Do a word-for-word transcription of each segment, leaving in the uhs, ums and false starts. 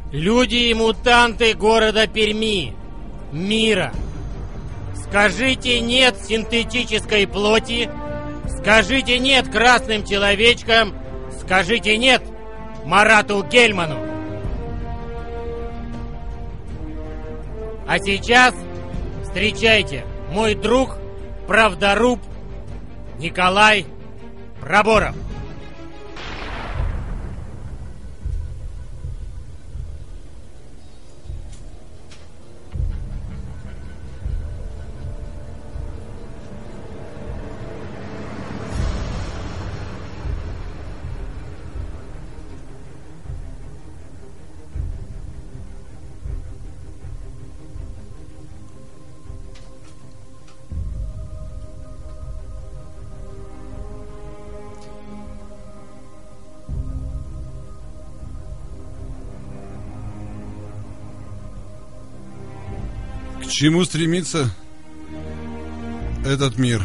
Люди и мутанты города Перми, мира. Скажите нет синтетической плоти, скажите нет красным человечкам, скажите нет Марату Гельману. А сейчас встречайте, мой друг, правдоруб Николай Проборов. К чему стремится этот мир?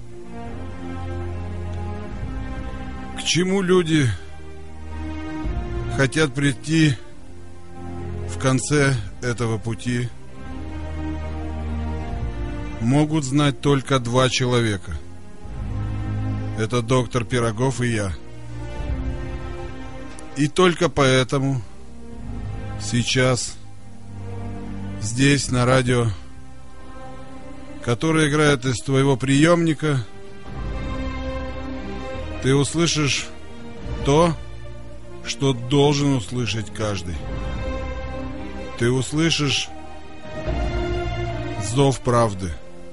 К чему люди хотят прийти в конце этого пути? Могут знать только два человека. Это доктор Пирогов и я. И только поэтому сейчас здесь, на радио, которое играет из твоего приемника, ты услышишь то, что должен услышать каждый. Ты услышишь зов правды.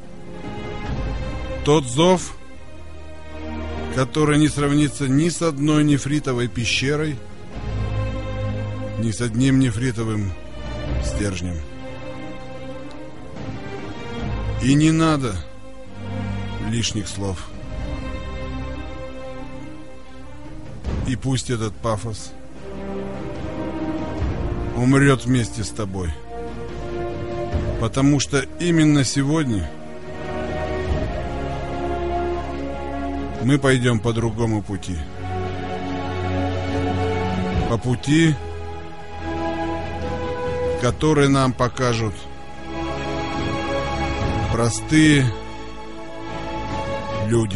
Тот зов, который не сравнится ни с одной нефритовой пещерой, ни с одним нефритовым стержнем. И не надо лишних слов. И пусть этот пафос умрет вместе с тобой. Потому что именно сегодня мы пойдем по другому пути. По пути, который нам покажут простые люди.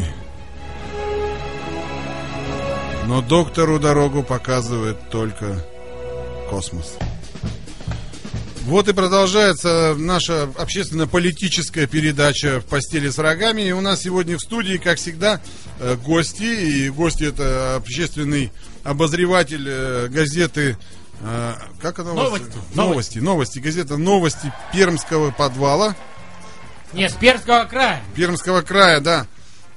Но доктору дорогу показывает только космос. Вот и продолжается наша общественно-политическая передача «В постели с врагами». И у нас сегодня в студии, как всегда, гости. И гости — это общественный обозреватель газеты... Как она у вас? Новости. Новости. Новости. Газета «Новости» Пермского подвала. Нет, с Пермского края. Пермского края, да.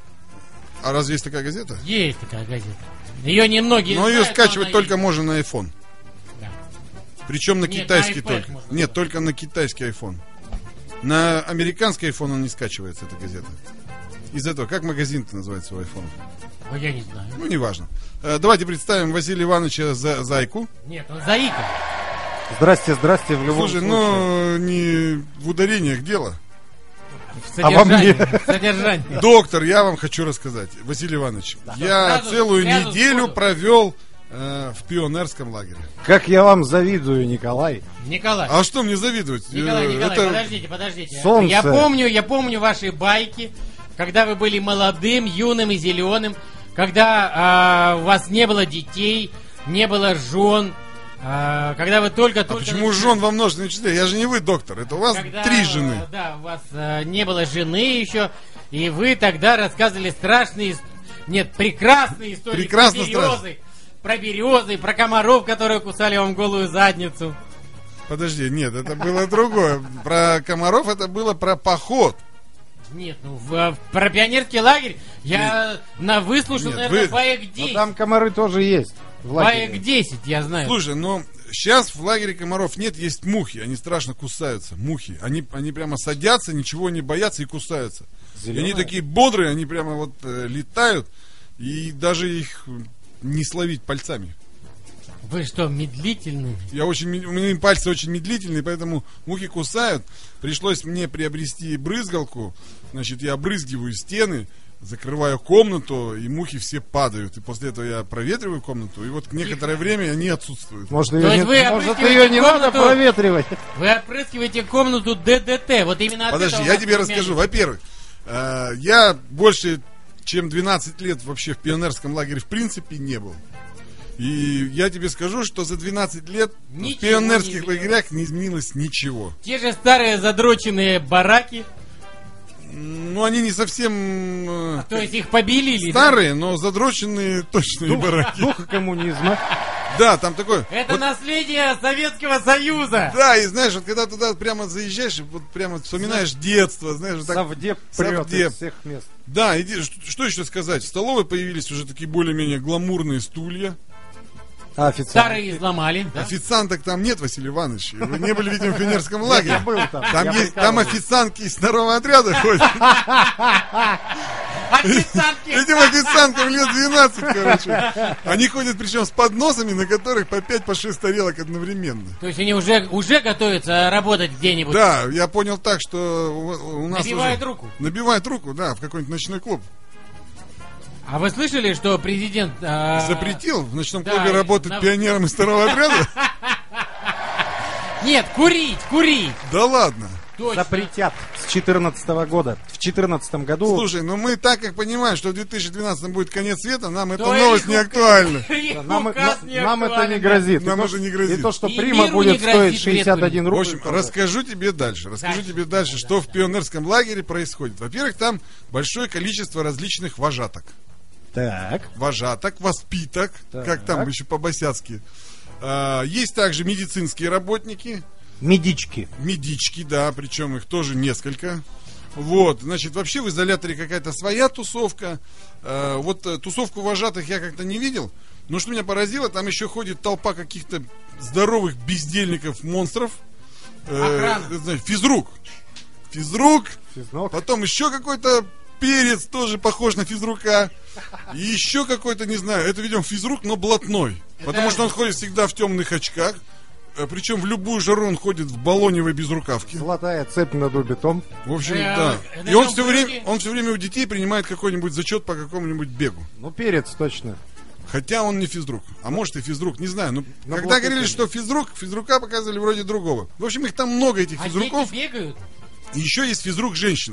А разве есть такая газета? Есть такая газета. Ее немногие но знают. ее скачивать но только есть. можно на iPhone. Да. Причем на Нет, китайский на только. можно. Нет, только на китайский iPhone. На американский iPhone он не скачивается, эта газета. Из этого, как магазин-то называется у iPhone? Ой, я не знаю. Ну, неважно. Давайте представим Василия Ивановича За- Зайку. Нет, он Заика. Здрасте, здрасте, в любом Слушай, случае. ну, не в ударениях дело. В А во мне? содержании. В содержании. Доктор, я вам хочу рассказать. Василий Иванович, я Сразу- целую сразу неделю сходу. провел э, в пионерском лагере. Как я вам завидую, Николай. Николай. А что мне завидовать? Николай, Э, Николай, это- подождите, подождите. Солнце. Я помню, я помню ваши байки, когда вы были молодым, юным и зеленым, когда а, у вас не было детей, не было жен, а, когда вы только... А только почему жен во множественном числе? Я же не вы, доктор. Это у вас Когда, три жены. э, Да, у вас э, не было жены еще, и вы тогда рассказывали страшные, ис- нет, прекрасные истории Прекрасно про березы, про березы, про комаров, которые кусали вам голую задницу. Подожди, нет, это было другое. Про комаров это было про поход. Нет, ну в, э, про пионерский лагерь я на выслушал, Нет, наверное, вы- баек Но десять. там комары тоже есть. В лагере. Баек десять, я знаю. Слушай, но сейчас в лагере комаров нет, есть мухи. Они страшно кусаются. Мухи. Они, они прямо садятся, ничего не боятся и кусаются. И Зелёные? они такие бодрые, они прямо вот э, летают. И даже их не словить пальцами. Вы что, медлительный? Я очень, мед- у меня пальцы очень медлительные, поэтому мухи кусают. Пришлось мне приобрести брызгалку. Значит, я обрызгиваю стены. закрываю комнату, и мухи все падают. И после этого я проветриваю комнату, и вот некоторое время они отсутствуют. Может, То ее есть не, вы может, опрыскиваете ее не надо комнату? проветривать? Вы опрыскиваете комнату ДДТ. Вот именно от Подожди, этого я вас тебе племянник. расскажу. Во-первых, э, я больше чем двенадцать лет вообще в пионерском лагере в принципе не был. И я тебе скажу, что за двенадцать лет Ничего в пионерских не изменилось. лагерях не изменилось ничего. Те же старые задроченные бараки. Ну, они не совсем э, То есть их побили или... старые, но задроченные точные бараки. Дух коммунизма. Да, там такое... Это вот- наследие Советского Союза. Да, и знаешь, вот когда туда прямо заезжаешь, и вот прямо вспоминаешь детство, знаешь, вот так... Совдеп прет Совдеп. из всех мест. Да, иди, что, что еще сказать? В столовой появились уже такие более-менее гламурные стулья. А, официант. Старые изломали. Да? Официанток там нет, Василий Иванович. Вы не были, видимо, в пионерском Я лагере. был там. Там, я есть, там прикалываюсь. официантки из второго отряда ходят. Официантки. Этим официанткам лет двенадцать, короче. Они ходят, причем с подносами, на которых по пять, по шесть тарелок одновременно. То есть они уже, уже готовятся работать где-нибудь. Да, я понял так, что у, у нас Набивают уже... руку. Набивают руку, да, в какой-нибудь ночной клуб. А вы слышали, что президент... а, Запретил в ночном да, клубе работать на- пионером из второго отряда? Нет, курить, курить. Да ладно. Точно. Запретят с четырнадцатого года. В четырнадцатом году... Слушай, ну мы так как понимаем, что в две тысячи двенадцатом будет конец света, нам эта То новость их не указ- актуальна. их нам, указ на- не нам это актуален. не грозит. Нам и уже то, не грозит. И то, что И прима миру будет не грозит стоить шестьдесят один В рубль. общем, расскажу тебе дальше. Расскажу Дальше. тебе дальше, Да. что в пионерском лагере происходит. Во-первых, там большое количество различных вожаток. Так. Вожаток, воспиток, Так. как там еще по-босяцки. А, есть также медицинские работники, Медички. медички, да, причем их тоже несколько. Вот, значит, вообще в изоляторе какая-то своя тусовка. А, вот э, тусовку вожатых я как-то не видел. Но что меня поразило, там еще ходит толпа каких-то здоровых бездельников, монстров. Э, Охрана. это, знаешь, физрук. Физрук. Физнок. Потом еще какой-то перец, тоже похож на физрука. И еще какой-то, не знаю, это, видимо, физрук, но блатной. Потому что он ходит всегда в темных очках. э, Причем в любую жару он ходит в баллоневой безрукавке. Золотая цепь над убитом. В общем, Э, да. на И он нем все, были- время, он все время у детей принимает какой-нибудь зачет по какому-нибудь бегу. Ну, перец точно. Хотя он не физрук. А может и физрук, не знаю. Но На когда блоке говорили, тоже. что физрук, физрука показывали вроде другого. В общем, их там много, этих А физруков. дети бегают? И еще есть физрук-женщина.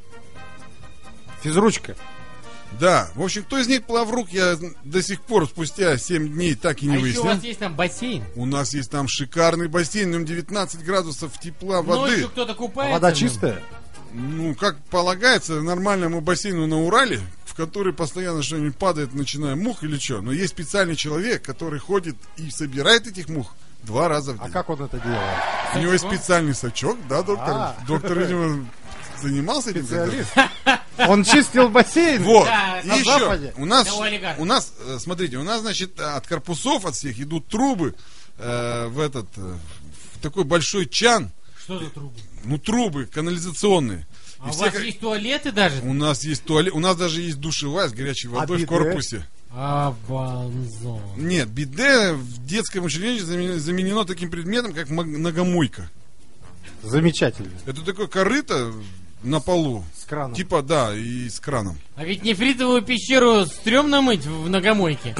Физручка. Да. В общем, кто из них плаврук, я до сих пор спустя семь дней так и не А еще у выяснил. вас есть там бассейн. У нас есть там шикарный бассейн, в нем девятнадцать градусов тепла воды. Ночью кто-то А купается. вода в нем? чистая? Ну, как полагается, нормальному бассейну на Урале, в который постоянно что-нибудь падает, начиная мух или что. Но есть специальный человек, который ходит и собирает этих мух два раза в день. А как он это делает? У него есть специальный сачок, да, доктор? А. Доктор, видимо, занимался этим. когда-то. Специалист. Он чистил бассейн. Вот. Да, И на еще, Западе. у нас, Это у олигархов. у нас, э, смотрите, у нас, значит, от корпусов от всех идут трубы э, в этот, э, в такой большой чан, Что за трубы? ну, трубы канализационные. А И у все вас как- есть туалеты даже? У нас есть туалет, у нас даже есть душевая с горячей водой в биде? корпусе. Абанзон. Нет, биде в детском учреждении заменено, заменено таким предметом, как мог- ногомойка. Замечательно. Это такое корыто на полу. С краном. Типа, да, и с краном. А ведь нефритовую пещеру стрёмно мыть в ногомойке.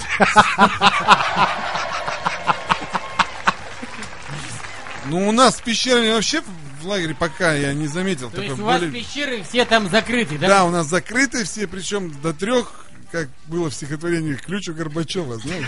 Ну, у нас с пещерами вообще в лагере пока я не заметил. То такой есть у вас более- пещеры все там закрыты, да? Да, у нас закрыты все, причем до трех, как было в стихотворении «Ключ у Горбачева», знаешь?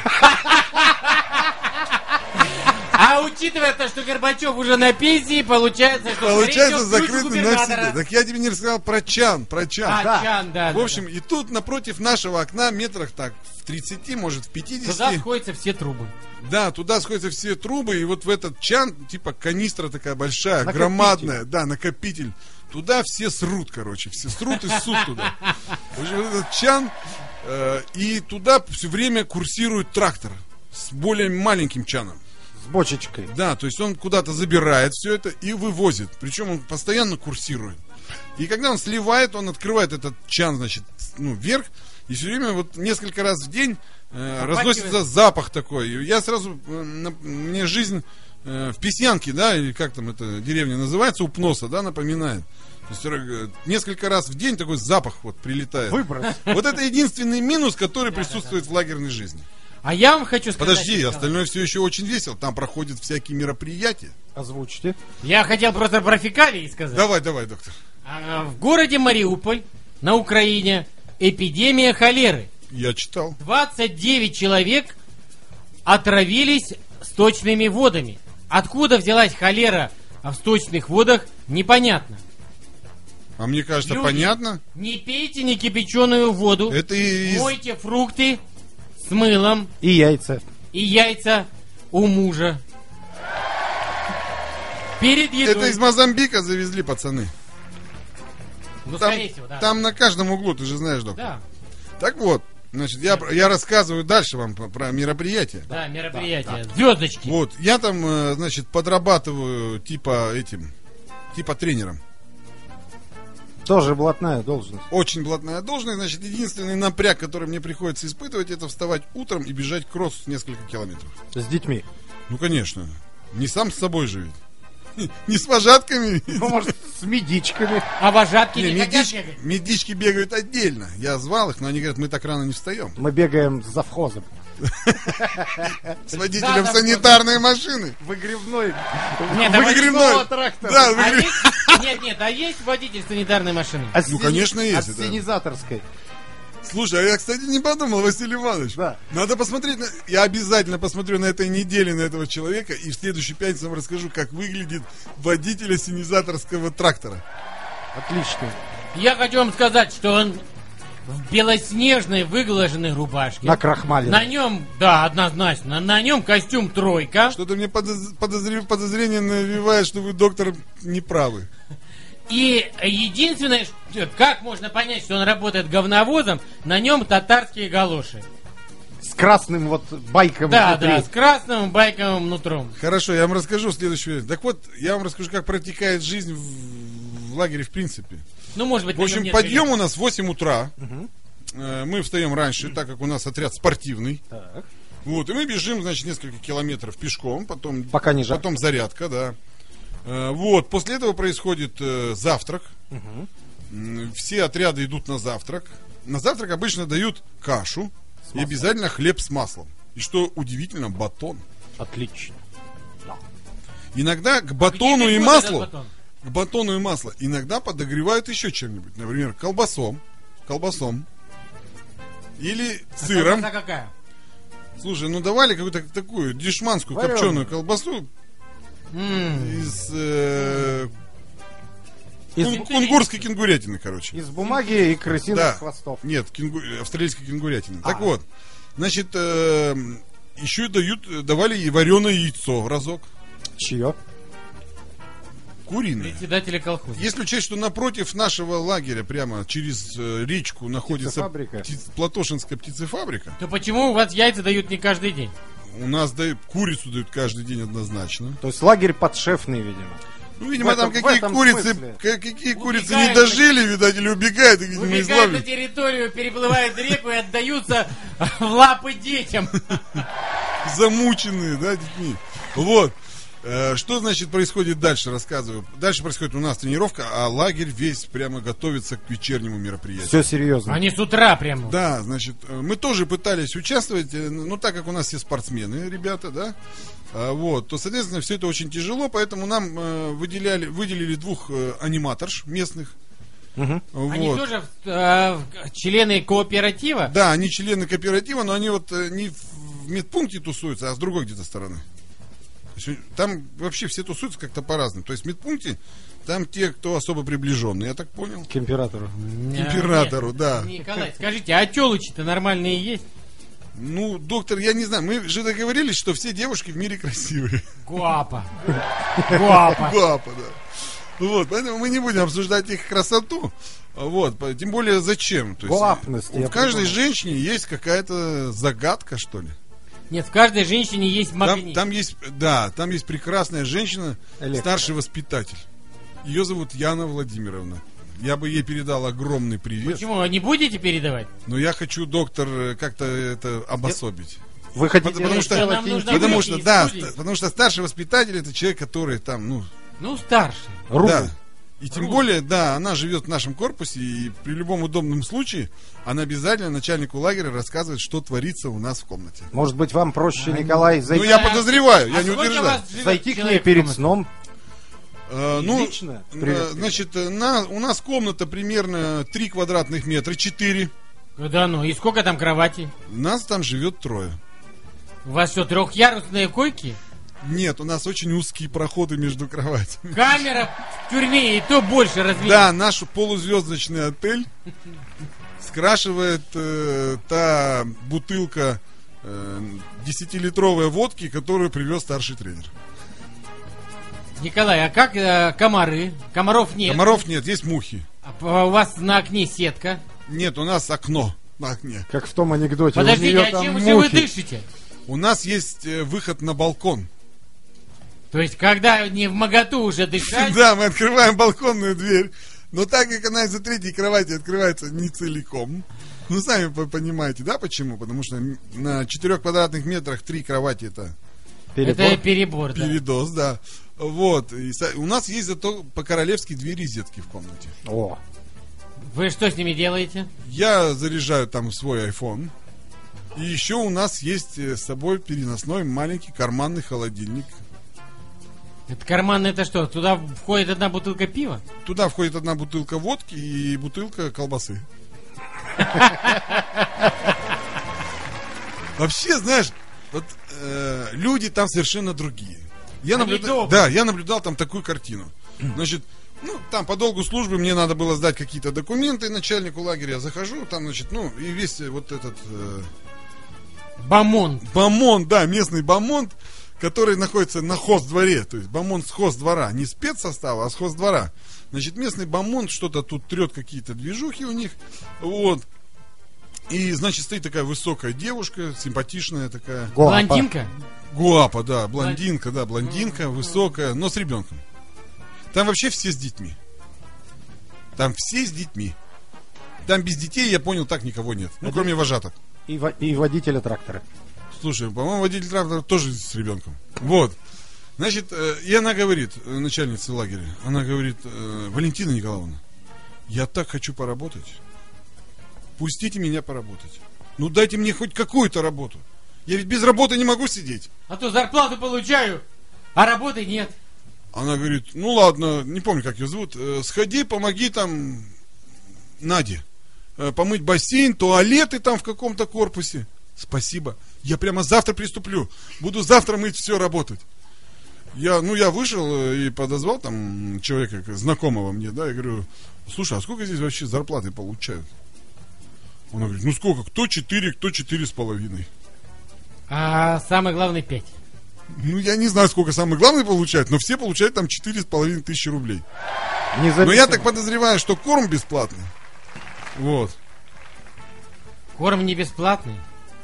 А учитывая то, что Горбачев уже на пенсии, получается, что Получается, скорее всего, ключ закрыты губернатора. навсегда. Так я тебе не рассказал про чан, про чан. А, Да. чан, да. В общем, и тут напротив нашего окна, метрах так, в тридцати, может, в пятидесяти. туда сходятся все трубы. Да, туда сходятся все трубы, и вот в этот чан, типа канистра такая большая, Накопитель. громадная, да, накопитель. Туда все срут, короче, все срут и ссут туда. В общем, вот этот чан, э, и туда все время курсирует трактор с более маленьким чаном. С бочечкой. Да, то есть он куда-то забирает все это и вывозит. Причем он постоянно курсирует. И когда он сливает, он открывает этот чан, значит, ну, вверх. И все время вот несколько раз в день э, Попахивает. разносится запах такой. И я сразу, э, на- мне жизнь э, в Песьянке, да, или как там эта деревня называется, у Пноса, да, напоминает. То есть, э, несколько раз в день такой запах вот прилетает. Выброс. Вот это единственный минус, который присутствует в лагерной жизни. А я вам хочу сказать... Подожди, Николай, остальное все еще очень весело. Там проходят всякие мероприятия. Озвучьте. Я хотел просто про фекалии сказать. Давай, давай, доктор. А, В городе Мариуполь на Украине эпидемия холеры. Я читал. двадцать девять человек отравились сточными водами. Откуда взялась холера в сточных водах, непонятно. А мне кажется, Люди, понятно. Не пейте некипяченую воду. Это из... Мойте фрукты с мылом И яйца. и яйца у мужа. Перед едой. Это из Мозамбика завезли, пацаны. Ну, Там, скорее всего, да. там на каждом углу, ты же знаешь, доктор. Да, Так вот, значит, я, я рассказываю дальше вам про, про мероприятие. да, мероприятие. Звездочки. Вот, я там, э, значит, подрабатываю типа этим, типа тренером. Тоже блатная должность. Очень блатная должность, значит, единственный напряг, который мне приходится испытывать, это вставать утром и бежать кросс несколько километров. С детьми. Ну, конечно, не сам с собой же ведь. Не с вожатками. Ну, может, с медичками. А вожатки не, Не, хотят медич- бегать? медички бегают отдельно. Я звал их, но они говорят, мы так рано не встаем. Мы бегаем с завхозом. С водителем Да, да, санитарной машины. Выгребной. Нет, а Выгребной. трактора. Да, А выгребной. есть, нет, нет, а есть водитель санитарной машины? Ну, конечно, есть, это. Ассенизаторской. Слушай, а я, кстати, не подумал, Василий Иванович. Да. Надо посмотреть, на... я обязательно посмотрю на этой неделе на этого человека и в следующую пятницу вам расскажу, как выглядит водитель ассенизаторского трактора. Отлично. Я хочу вам сказать, что он в белоснежной выглаженной рубашке. На крахмале. На нем, да, однозначно, на нем костюм тройка. Что-то мне подоз- подозре- подозрение навевает, что вы, доктор, не правы. И единственное, что- как можно понять, что он работает говновозом, на нем татарские галоши. С красным вот байком Да, внутри. да, с красным байковым нутром. Хорошо, я вам расскажу в следующую. Так вот, я вам расскажу, как протекает жизнь в, в лагере в принципе. Ну, может быть, В на нем общем, нет подъем билета. у нас в восемь утра. Э, Мы встаем раньше, так как у нас отряд спортивный. Так. Вот, и мы бежим, значит, несколько километров пешком, потом, Пока не жарко. потом зарядка, да. Э, Вот, после этого происходит э, завтрак. М, Все отряды идут на завтрак. На завтрак обычно дают кашу и обязательно хлеб с маслом. И что удивительно, батон. Отлично. Иногда к Где батону и ты маслу, этот батон? к батону и маслу иногда подогревают еще чем-нибудь. Например, колбасом, колбасом или сыром. Колбаса какая? Слушай, ну давали какую-то такую дешманскую Варёную. копченую колбасу М. из э, Из, кун- кунгурской кенгурятины, короче. из бумаги и крысиных Да. хвостов. Нет, кенгу- австралийской кенгурятины. Так А. вот, значит, э, еще дают, давали и вареное яйцо разок. Чье? Куриное. Председателя колхоза. Если учесть, что напротив нашего лагеря, прямо через э, речку, находится Птицефабрика. птиц- Платошинская птицефабрика, То почему у вас яйца дают не каждый день? у нас дают, курицу дают каждый день однозначно. То есть лагерь подшефный, видимо. Ну, видимо, В этом- там в какие этом курицы, смысле. к- какие курицы Убегают. не дожили, видать, или убегают, и, видимо, из Убегают на лавки. территорию, переплывают реку и отдаются в лапы детям. Замученные, да, детьми. Вот. Э, Что, значит, происходит дальше, рассказываю. Дальше происходит у нас тренировка, а лагерь весь прямо готовится к вечернему мероприятию. Все серьезно. Они с утра прямо. Да, значит, э, мы тоже пытались участвовать, э, ну, так как у нас все спортсмены, ребята, да, а, вот, то, соответственно, все это очень тяжело, поэтому нам э, выделяли, выделили двух э, аниматорш местных. Мгм. Они Вот. тоже э, в- члены кооператива. Да, они члены кооператива, но они вот э, не в медпункте тусуются, а с другой где-то стороны. То есть, там вообще все тусуются как-то по-разному. То есть в медпункте там те, кто особо приближенный, я так понял. К императору. К императору, Нет, да. Николай, скажите, а телочки-то нормальные есть? Ну, доктор, я не знаю, мы же договорились, что все девушки в мире красивые. Гуапа. Гуапа. Папа, да. Вот, поэтому мы не будем обсуждать их красоту. Вот, по- тем более зачем? То есть, Гуапность, у я каждой придумал. женщине есть какая-то загадка, что ли. Нет, в каждой женщине есть Там, магнит. там есть, да, там есть прекрасная женщина, Электро. старший воспитатель. Ее зовут Яна Владимировна. Я бы ей передал огромный привет. Почему? Вы не будете передавать? Но я хочу, доктор, э, как-то это обособить. Вы хотите Потому что- сделать нам нужно интим- Потому выйти что, из да, студии. ста- потому что старший воспитатель это человек, который там, ну, Ну, старший. руку? да. И тем Рус. более, да, она живет в нашем корпусе, и при любом удобном случае она обязательно начальнику лагеря рассказывает, что творится у нас в комнате. Может быть, вам проще, Николай, Ну, зайти, я подозреваю, я А не сколько утверждаю. вас живет зайти к ней человек в перед комнате? сном? Э, ну, Лично э, привет. значит, э, на, у нас комната примерно три квадратных метра, четыре. Да ну, и сколько там кроватей? Нас там живет трое. У вас что, трехъярусные койки? Нет, у нас очень узкие проходы между кроватями. Камера в тюрьме, и то больше разве? Да, наш полузвездочный отель скрашивает э, та бутылка э, десятилитровой водки, которую привез старший тренер. Николай, а как э, комары? Комаров нет. Комаров нет, есть мухи. А п- у вас на окне сетка. Нет, у нас окно на окне. Как в том анекдоте. Подождите, у нее а там чем, чем вы мухи. дышите? У нас есть э, выход на балкон. То есть, когда не в моготу уже дышать, Да, мы открываем балконную дверь. Но так как она из-за третьей кровати открывается не целиком. Ну, сами по- понимаете, да, почему? Потому что на четырех квадратных метрах три кровати это Перебор. это перебор, да. передоз, да. Вот. И со- у нас есть зато по-королевски две розетки в комнате. О, Вы что с ними делаете? Я заряжаю там свой iPhone. И еще у нас есть э, с собой переносной маленький карманный холодильник. Это карман, это что? Туда входит одна бутылка пива? Туда входит одна бутылка водки и бутылка колбасы. Вообще, знаешь, вот э, люди там совершенно другие. Я Они наблюдал, добрые. да, я наблюдал там такую картину. Значит, ну, там по долгу службы мне надо было сдать какие-то документы начальнику лагеря. Я захожу, там, значит, ну, и весь вот этот э, Бамон. бомонд, да, местный бомонд, который находится на хоздворе, то есть бомонд с хоздвора, не спецсостава, а с хоздвора. Значит, местный бомонд что-то тут трет, какие-то движухи у них, вот. И, значит, стоит такая высокая девушка, симпатичная такая. Гуапа. Блондинка? Гуапа, да, блондинка, да, блондинка, высокая, но с ребенком. Там вообще все с детьми. Там все с детьми. Там без детей, я понял, так никого нет. Ну, кроме вожаток. И, во- и водителя трактора. Слушай, по-моему, водитель трактора тоже с ребенком. Вот. Значит, э, и она говорит, э, начальница лагеря, она говорит, э, Валентина Николаевна, я так хочу поработать. Пустите меня поработать. Ну, дайте мне хоть какую-то работу. Я ведь без работы не могу сидеть. А то зарплату получаю, а работы нет. Она говорит, ну ладно, не помню, как ее зовут, э, сходи, помоги там Наде э, помыть бассейн, туалеты там в каком-то корпусе. Спасибо. Я прямо завтра приступлю. Буду завтра мыть все, работать. Я, ну, я вышел э, и подозвал там человека, как знакомого мне, да, и говорю, слушай, а сколько здесь вообще зарплаты получают? Он говорит, ну сколько, кто четыре, кто четыре с половиной. А самое главное пять. Ну, я не знаю, сколько самый главный получает, но все получают там четыре с половиной тысячи рублей. Независимо. Но я так подозреваю, что корм бесплатный. Вот. Корм не бесплатный.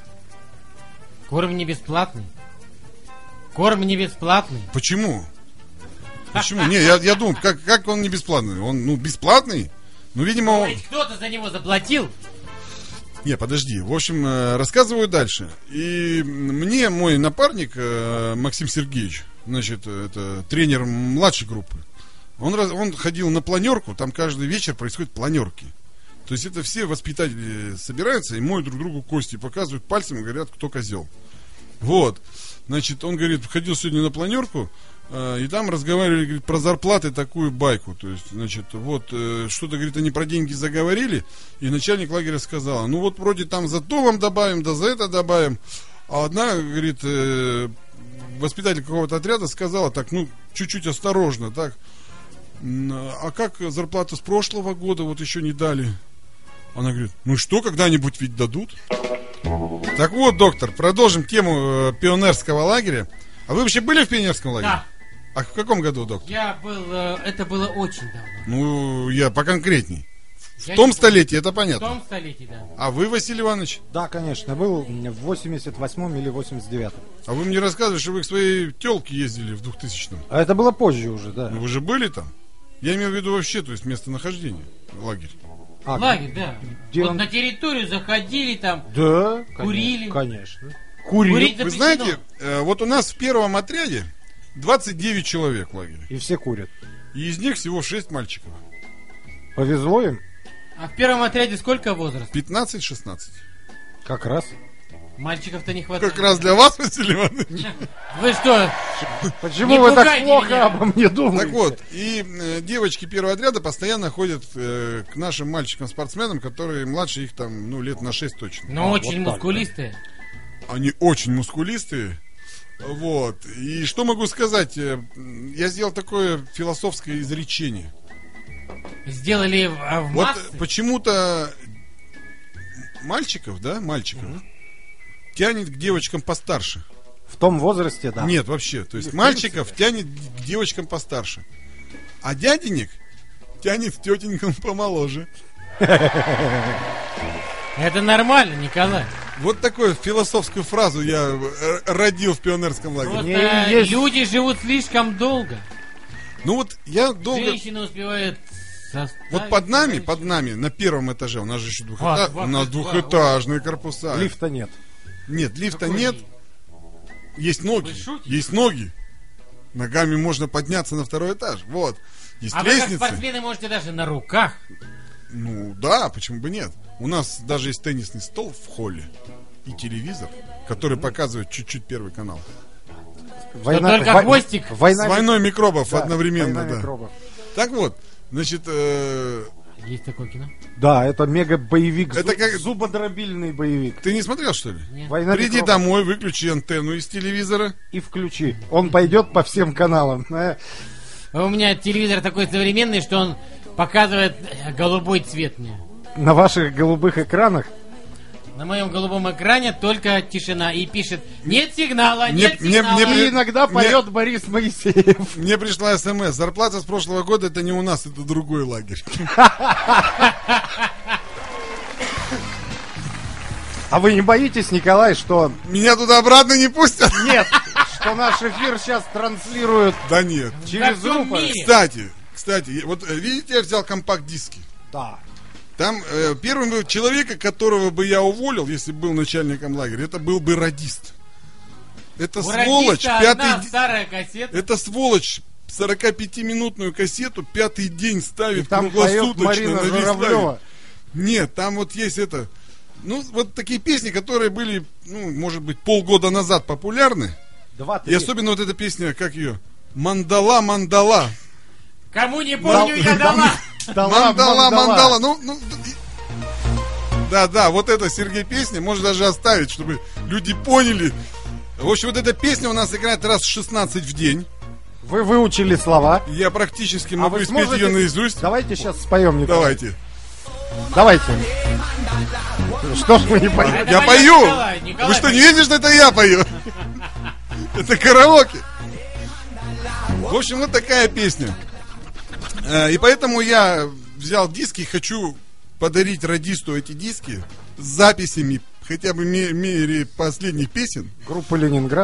Корм не бесплатный. Корм не бесплатный. Почему? Почему? Не, я, я думаю, как, как он не бесплатный? Он, ну, бесплатный? Ну, видимо, он... Ведь кто-то за него заплатил. Не, подожди. В общем, э, рассказываю дальше. И мне мой напарник э, Максим Сергеевич, значит, это тренер младшей группы, он, раз- он ходил на планерку, там каждый вечер происходят планерки. То есть это все воспитатели собираются и моют друг другу кости, показывают пальцем и говорят, кто козел. Вот. Значит, он говорит, ходил сегодня на планерку, э, и там разговаривали, говорит, про зарплаты такую байку. То есть, значит, вот, э, что-то, говорит, они про деньги заговорили, и начальник лагеря сказал, ну вот вроде там за то вам добавим, да за это добавим. А одна, говорит, э, воспитатель какого-то отряда сказала так, ну, чуть-чуть осторожно, так, «М, а как зарплату с прошлого года вот еще не дали? Она говорит, ну что, когда-нибудь ведь дадут? Так вот, доктор, продолжим тему э, пионерского лагеря. А вы вообще были в пионерском лагере? Да. А в каком году, доктор? Я был... э, Это было очень давно. Ну, я поконкретней. В Я том не помню. столетии, это В понятно. том столетии, да. А вы, Василий Иванович? Да, конечно, был в восемьдесят восьмом или восемьдесят девятом. А вы мне рассказывали, что вы к своей телке ездили в двухтысячном. А это было позже уже, да. Ну, вы же были там? Я имею в виду вообще, то есть местонахождение, лагерь. А, Лагерь, да. где Вот он- на территорию заходили там. Да, Курили. Конечно. Курили. Курить Вы запрещено. знаете, э, вот у нас в первом отряде двадцать девять человек в лагере. И все курят. И из них всего шесть мальчиков. Повезло им? А в первом отряде сколько возраст? пятнадцать-шестнадцать. Как раз. Мальчиков-то не хватает. Как раз для вас, Василий Иванович. Вы что? Почему Не вы так пугайте плохо меня. обо мне думаете? Так вот, и э, девочки первого отряда постоянно ходят э, к нашим мальчикам-спортсменам, которые младше их там, ну, лет на шесть точно. Ну, А, очень вот так, мускулистые. Они очень мускулистые. Вот. И что могу сказать? Э, Я сделал такое философское изречение. Сделали в, а в Вот массы. почему-то мальчиков, да, мальчиков, тянет к девочкам постарше. В том возрасте, да. Нет, вообще. То есть мальчиков тянет к девочкам постарше. А дяденек тянет к тетенькам помоложе. Это нормально, Николай. Вот такую философскую фразу я э, родил в пионерском лагере. Просто Не есть. люди живут слишком долго. Ну вот я долго... Женщины успевают составить... Вот под нами, женщин. под нами, на первом этаже, у нас же еще двухэтажные, два- у нас два- двухэтажные корпуса. Лифта нет. Нет, лифта Какой нет, лифт? есть ноги, Вы шутите? есть ноги. Ногами можно подняться на второй этаж, вот. Есть А вы как лестницы. спортсмены можете даже на руках. Ну да, почему бы нет? У нас даже есть теннисный стол в холле и телевизор, который показывает чуть-чуть первый канал. только вой- хвостик Война С войной микробов да, одновременно, война да. микробов. Так вот, значит, э, Есть такое кино? Да, это мега-боевик. Это зу- как- Зубодробильный боевик. ты не смотрел, что ли? Нет. Война Приди микробов. домой, выключи антенну из телевизора. И включи. Он пойдет по всем каналам. Э, А у меня телевизор такой современный, что он показывает э, голубой цвет мне. На ваших голубых экранах. На моем голубом экране только тишина. И пишет: нет сигнала, Мне- нет мне- сигнала. мне при- И иногда мне- поет Борис Моисеев. Мне пришла смс. Зарплата с прошлого года это не у нас, это другой лагерь. А вы не боитесь, Николай, что... Меня туда обратно не пустят? Нет, что наш эфир сейчас транслируют Да нет. через всем рупор? мире. Кстати, кстати, вот э, видите, я взял компакт-диски. Да. Там э, первым был человека, которого бы я уволил, если бы был начальником лагеря, это был бы радист. Это У сволочь, радиста пятый одна д- старая кассета. это сволочь сорокапятиминутную кассету пятый день ставит И там поет круглосуточно Марина на весь Журавлева. лагерь. Нет, там вот есть это. Ну, вот такие песни, которые были, ну, может быть, полгода назад популярны. Два-три. И особенно вот эта песня, как ее? Мандала, мандала. Кому не помню, я дала. Дала, Мандала, мандала. мандала. Ну, ну, да, да, вот эта, Сергей, песня можно даже оставить, чтобы люди поняли. В общем, вот эта песня у нас играет раз шестнадцать в день. Вы выучили слова. Я практически А могу вы спеть сможете... ее наизусть. Давайте сейчас споем, Николай. Давайте. Давайте. Что ж мы не поем? Это Я поет пою. Николай, Николай Вы что, не поет. видите, что это я пою? Это караоке. В общем, вот такая песня. Э, И поэтому я взял диски, хочу подарить радисту эти диски с записями хотя бы ме- мере последних песен Группа Ленинград.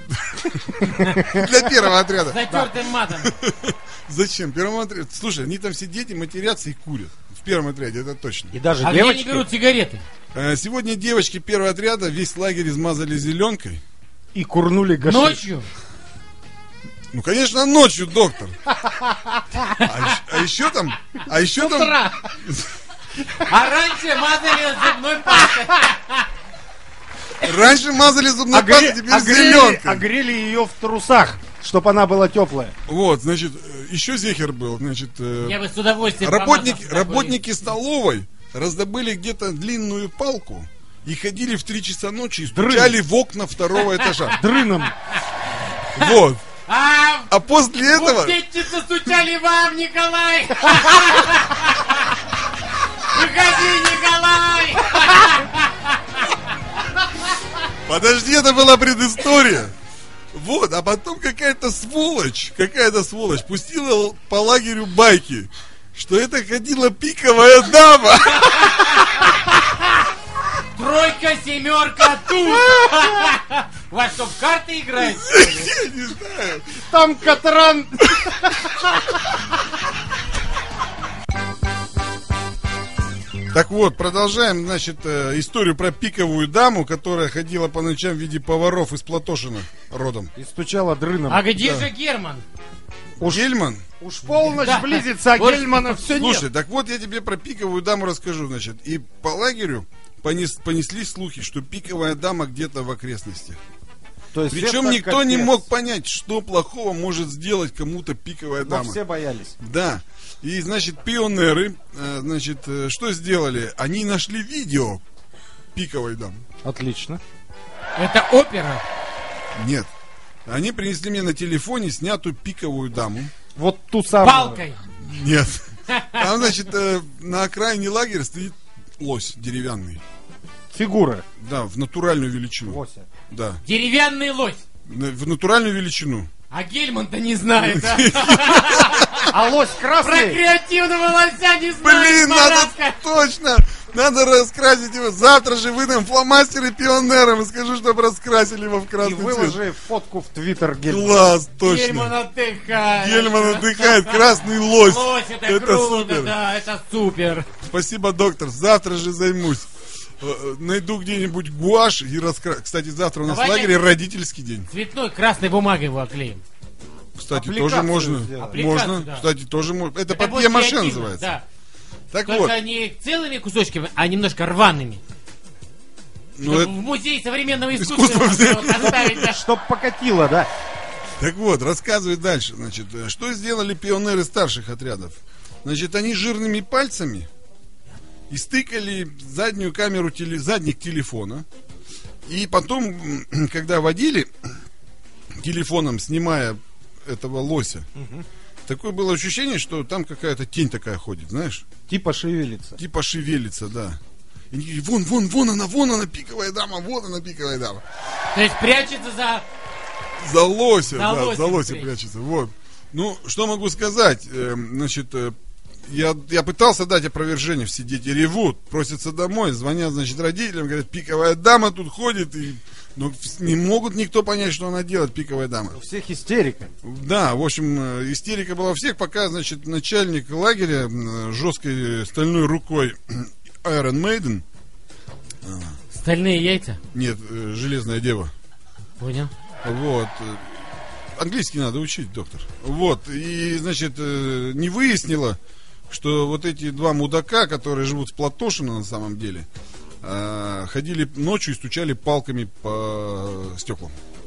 для первого отряда. Затертым матом. Зачем? Первому отряду. Слушай, они там все дети матерятся и курят. В первом отряде, это точно. И даже А где они девочки. берут сигареты? Э, Сегодня девочки первого отряда весь лагерь измазали зеленкой. И курнули гашиш. Ночью? Ну, конечно, ночью, доктор. А, ещ- а еще там, а еще там, Утра. А раньше мазали зубной пастой. раньше мазали зубной Огре- пастой, теперь огрели, зеленкой. огрели ее в трусах, чтобы она была теплая. Вот, значит, э, еще зехер был, значит, э, Я бы с удовольствием работники, помазался такой. работники столовой раздобыли где-то длинную палку и ходили в три часа ночи и стучали в окна второго этажа. Дрыном. Вот. А А после этого... буфетчицы стучали вам, Николай! Выходи, Николай! Подожди, это была предыстория. Вот, а потом какая-то сволочь, какая-то сволочь пустила по лагерю байки, что это ходила пиковая дама. Тройка, семерка, туз! Вас что, в карты играете? Я не знаю. Там Катран. Так вот, продолжаем, значит, э, историю про пиковую даму, которая ходила по ночам в виде поваров из Платошина родом. И стучала дрыном. А где же Герман? Уж, Гельман. уж полночь Да. близится, а Вот. Гельмана все нет. Слушай, так вот я тебе про пиковую даму расскажу, значит. И по лагерю понес, понеслись слухи, что пиковая дама где-то в окрестностях. То есть Причем это никто не капец. мог понять, что плохого может сделать кому-то пиковая Но дама. все боялись. Да. И, значит, пионеры, э, значит, э, что сделали? Они нашли видео пиковой дамы. Отлично. Это опера. Нет. Они принесли мне на телефоне снятую пиковую даму. Вот ту самую. Палкой. Нет. Там, значит, э, на окраине лагеря стоит лось деревянный. Фигура. Да, в натуральную величину. Лося. Да, Деревянный лось. на- в натуральную величину. А Гельман-то не знает, а? А лось Про красный. креативного лося не знает. Блин, надо Мараска. точно! Надо раскрасить его. Завтра же выдам фломастеры пионерам и скажу, чтобы раскрасили его в И красный цвет. выложи фотку в твиттер Гельмана. Класс, точно. Гельман отдыхает. Гельман отдыхает, красный лось. Лось, это, Это круто, супер. да, это супер. Спасибо, доктор. Завтра же займусь. Э, э, Найду где-нибудь гуашь и раскрашу. Кстати, завтра у нас в Давай лагере я- родительский день. Цветной красной бумагой его оклеим. Кстати, Аппликацию тоже можно. сделать. Аппликацию, Можно. да. Кстати, тоже можно. Это, Это будет папье-маше креативно, называется. Да. Так Только вот. не целыми кусочками, а немножко рваными. Ну, Чтобы это- в музей современного Искусство искусства взять. вот оставить, да. Чтоб покатило, да? Так вот, рассказывай дальше. Значит, э, что сделали пионеры старших отрядов? Значит, они жирными пальцами истыкали заднюю камеру теле, задник телефона. И потом, м, когда водили телефоном, снимая этого лося, такое было ощущение, что там какая-то тень такая ходит, знаешь? Типа шевелится. Типа шевелится, да. И они говорят, вон, вон, вон она, вон она, пиковая дама, вон она, пиковая дама. То есть прячется за... За лося, За да, лосем за лося прячется. прячется. Вот. Ну, что могу сказать? Эм, значит, э, я, я пытался дать опровержение, все дети ревут, просятся домой, звонят, значит, родителям, говорят, пиковая дама тут ходит, и ну, вс- не могут никто понять, что она делает, пиковая дама. У всех истерика. Да, в общем, э, истерика была у всех, пока, значит, начальник лагеря э, жесткой стальной рукой Iron Maiden, Стальные яйца. нет, э, железная дева, Понял. вот, э, английский надо учить, доктор. Вот, и, значит, э, не выяснила, что вот эти два мудака, которые живут в Платошино на самом деле, э, ходили ночью и стучали палками по стеклам.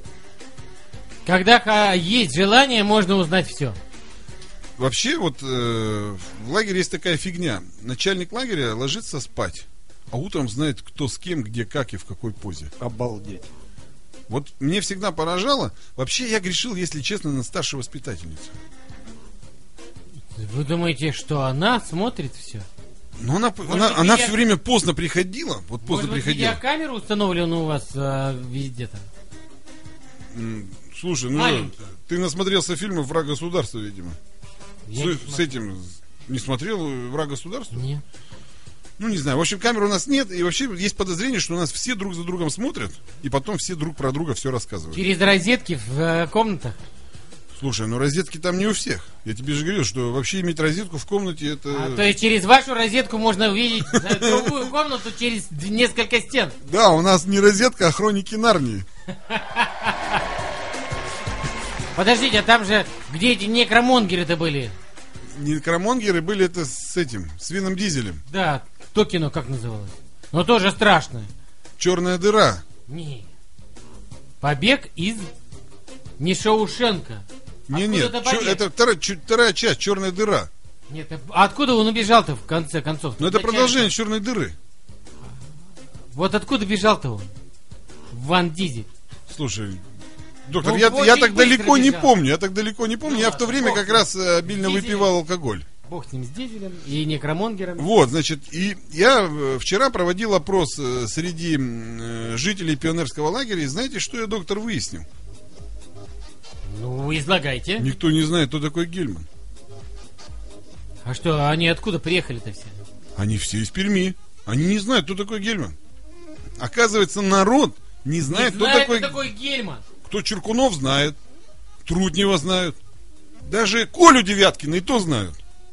Когда ха, есть желание, можно узнать все. Вообще, вот э, в лагере есть такая фигня. Начальник лагеря ложится спать, а утром знает, кто с кем, где, как и в какой позе. Обалдеть. Вот мне всегда поражало. Вообще, я грешил, если честно, на старшую воспитательницу. Вы думаете, что она смотрит все? Но она, Может она, быть, она видео- все время поздно приходила. Вот поздно Может быть, приходила. видеокамера установлена у вас а, везде там? М, Слушай, ну Маленький. ты насмотрелся фильмов «Враг государства», видимо. Я С, не с смотрю. этим не смотрел «Враг государства»? Нет. Ну, не знаю. В общем, камер у нас нет. И вообще есть подозрение, что у нас все друг за другом смотрят. И потом все друг про друга все рассказывают. Через розетки в э, комнатах? Слушай, ну розетки там не у всех. Я тебе же говорил, что вообще иметь розетку в комнате это... А, то есть через вашу розетку можно увидеть э, другую комнату через д- несколько стен. Да, у нас не розетка, а хроники Нарнии. Подождите, а там же, где эти некромонгеры-то были? Некромонгеры были это с этим, с Вином Дизелем. Да, то кино как называлось? Но тоже страшное. Черная дыра. Не. Побег из не Шоушенка. Не, Откуда нет, это чё- побег? это вторая, чё- вторая часть, черная дыра. Нет, а откуда он убежал-то в конце концов? Но это Вначале- продолжение черной дыры. Вот откуда бежал-то он? Ван Дизель. Слушай, доктор, Ну, я, очень я так быстро далеко не бежал. помню. Я так далеко не помню. Ну я в то ладно, время бог как с раз э, обильно Дизель. выпивал алкоголь. Бог с ним, с Дизелем и некромонгером. Вот, значит, и я э, вчера проводил опрос э, среди м, э, жителей пионерского лагеря, и знаете, что я, доктор, выяснил? Ну, излагайте. Никто не знает, кто такой Гельман. А что, они откуда приехали-то все? Они все из Перми. Они не знают, кто такой Гельман. Оказывается, народ не знает, Не кто знает, такой... кто такой Гельман. Кто Черкунов знает, Трутнева знают. Даже Колю Девяткина и то знают.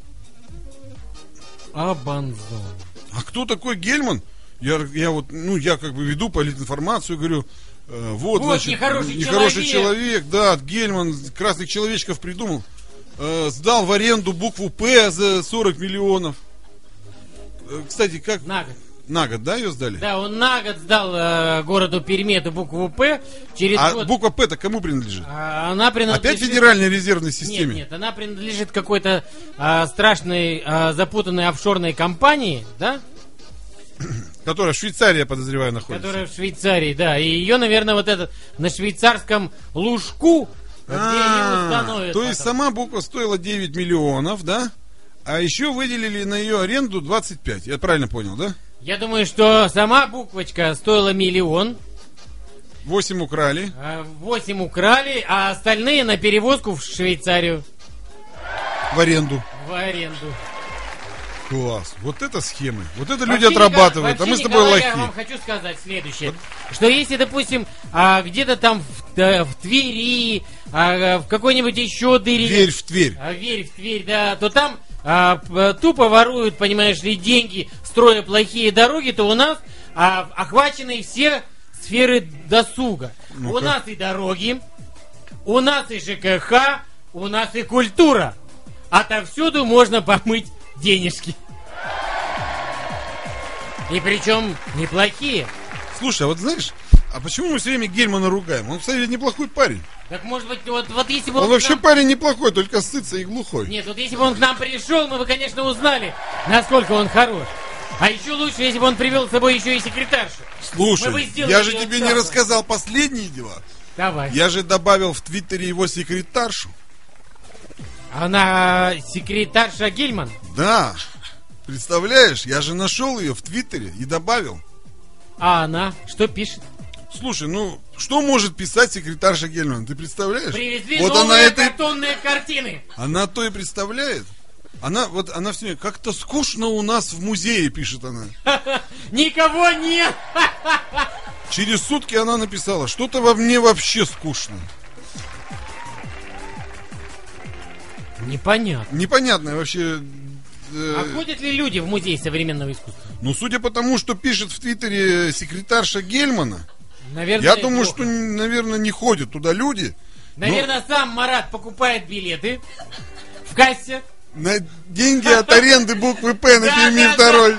Абанзон. А кто такой Гельман? Я, я вот, ну, я как бы веду политинформацию, говорю, э, вот, Вот значит, нехороший нехороший человек. человек, да, Гельман красных человечков придумал. э, сдал в аренду букву П за сорок миллионов. Э, кстати, как... На год. На год, да, ее сдали? Да, он на год сдал э, городу Перми эту букву П. Через А год... буква П-то кому принадлежит? А, она принадлежит... Опять Федеральной резервной системе? Нет, нет, она принадлежит какой-то а, страшной, а, запутанной офшорной компании, да? Которая в Швейцарии, я подозреваю, находится. Которая в Швейцарии, да. И ее, наверное, вот этот на швейцарском лужку, где они установят. То есть сама буква стоила девять миллионов, да? А еще выделили на ее аренду двадцать пять. Я правильно понял, да? Я думаю, что сама буквочка стоила миллион. восемь украли. восемь украли, а остальные на перевозку в Швейцарию. В аренду. В аренду. Класс. Вот это схемы. Вот это Вообще, люди отрабатывают, Николай, а мы с тобой Николай, лохи. Я вам хочу сказать следующее. Что если, допустим, а, где-то там в, да, в Твери, а, в какой-нибудь еще дыре... Верь в Тверь. А, верь в Тверь, да. То там а, п- тупо воруют, понимаешь ли, деньги, строя плохие дороги, то у нас а, охвачены все сферы досуга. Ну-ка. У нас и дороги, у нас и ЖКХ, у нас и культура. Отовсюду можно помыть денежки. И причем неплохие. Слушай, а вот знаешь, а почему мы все время Гельмана ругаем? Он, кстати, неплохой парень. Так может быть, вот, вот если бы он... Он к вообще нам- парень неплохой, только сытся и глухой. Нет, вот если бы он к нам пришел, мы бы, конечно, узнали, насколько он хорош. А еще лучше, если бы он привел с собой еще и секретаршу. Слушай, Мы бы сделали я же ее тебе сразу. не рассказал последние дела. Давай. Я же добавил в Твиттере его секретаршу. Она секретарша Гельман. Да. Представляешь, я же нашел ее в Твиттере и добавил. А она что пишет? Слушай, ну, что может писать секретарша Гельман? Ты представляешь? Привезли вот она новые это и- картонные картины. Она то и представляет. Она, вот, она все время, как-то скучно у нас в музее, пишет она. Никого нет. Через сутки она написала, что-то во мне вообще скучно. Непонятно. Непонятно вообще. э, А ходят ли люди в музей современного искусства? Ну, судя по тому, что пишет в Твиттере секретарша Гельмана, Наверное, я думаю, плохо. что, наверное, не ходят туда люди. Наверное, сам Марат покупает билеты в кассе. На деньги от аренды буквы П на Да, Перми да, второй.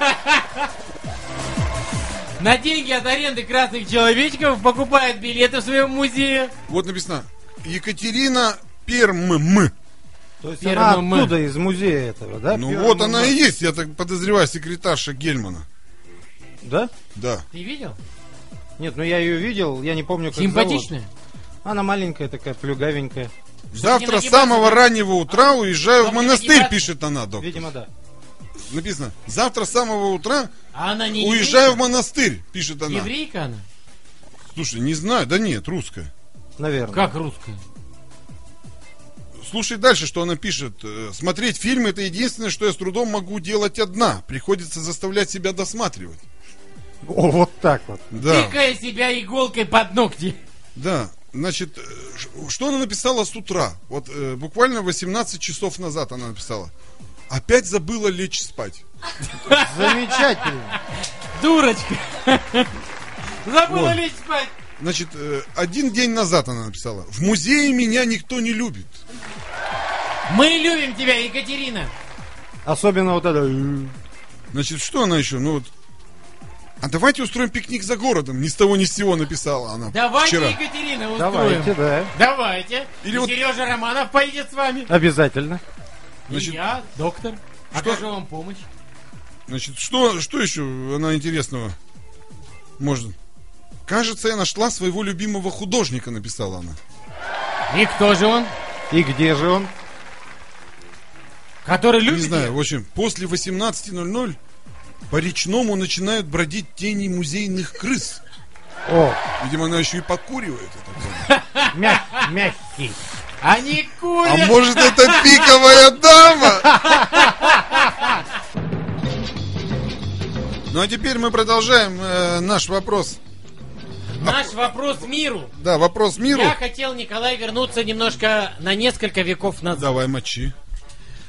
На деньги от аренды красных человечков покупает билеты в своем музее. Вот написано Екатерина Перм. То есть Первым она мы. оттуда, из музея этого, да? Ну Первым вот мы. она и есть, я так подозреваю, секретарша Гельмана. Да? Да. Ты видел? Нет, ну я ее видел, я не помню, как Симпатичная. зовут. Она маленькая такая, плюгавенькая. Завтра не с нагибаться, самого да? раннего утра уезжаю в Чтобы не монастырь, нагибаться. пишет она, доктор. Видимо, да. Написано, завтра с самого утра А она не уезжаю в еврейка? монастырь, пишет она. Еврейка она? Слушай, не знаю, да нет, русская. Наверное. Как русская? Слушай дальше, что она пишет. Э, Смотреть фильм — это единственное, что я с трудом могу делать одна. Приходится заставлять себя досматривать. О, вот так вот. Да, Тыкая себя иголкой под ногти. да. Значит, э, ш- что она написала с утра? Вот э, буквально восемнадцать часов назад она написала. Опять забыла лечь спать. Замечательно. Дурочка. Забыла Вот. лечь спать. Значит, э, один день назад она написала. В музее меня никто не любит. Мы любим тебя, Екатерина. Особенно вот это. Значит, что она еще? Ну вот. А давайте устроим пикник за городом. Ни с того ни с сего написала она Давайте, вчера. Екатерина, устроим. Давайте, да. Давайте. Или И вот- Сережа Романов поедет с вами. Обязательно. Значит, И я, доктор. Окажу вам помощь. Значит, что, что еще она интересного может? Кажется, я нашла своего любимого художника, написала она. И кто же он? И где же он? Который любит Не знаю, ее? в общем, после восемнадцати ноль-ноль по речному начинают бродить тени музейных крыс. О, Видимо, она еще и покуривает. это дело. мяг- мягкий. Они А курят. может, это пиковая дама? Ну а теперь мы продолжаем э, наш вопрос. Наш вопрос миру. Да, вопрос миру. Я хотел, Николай, вернуться немножко на несколько веков назад. Давай, мочи.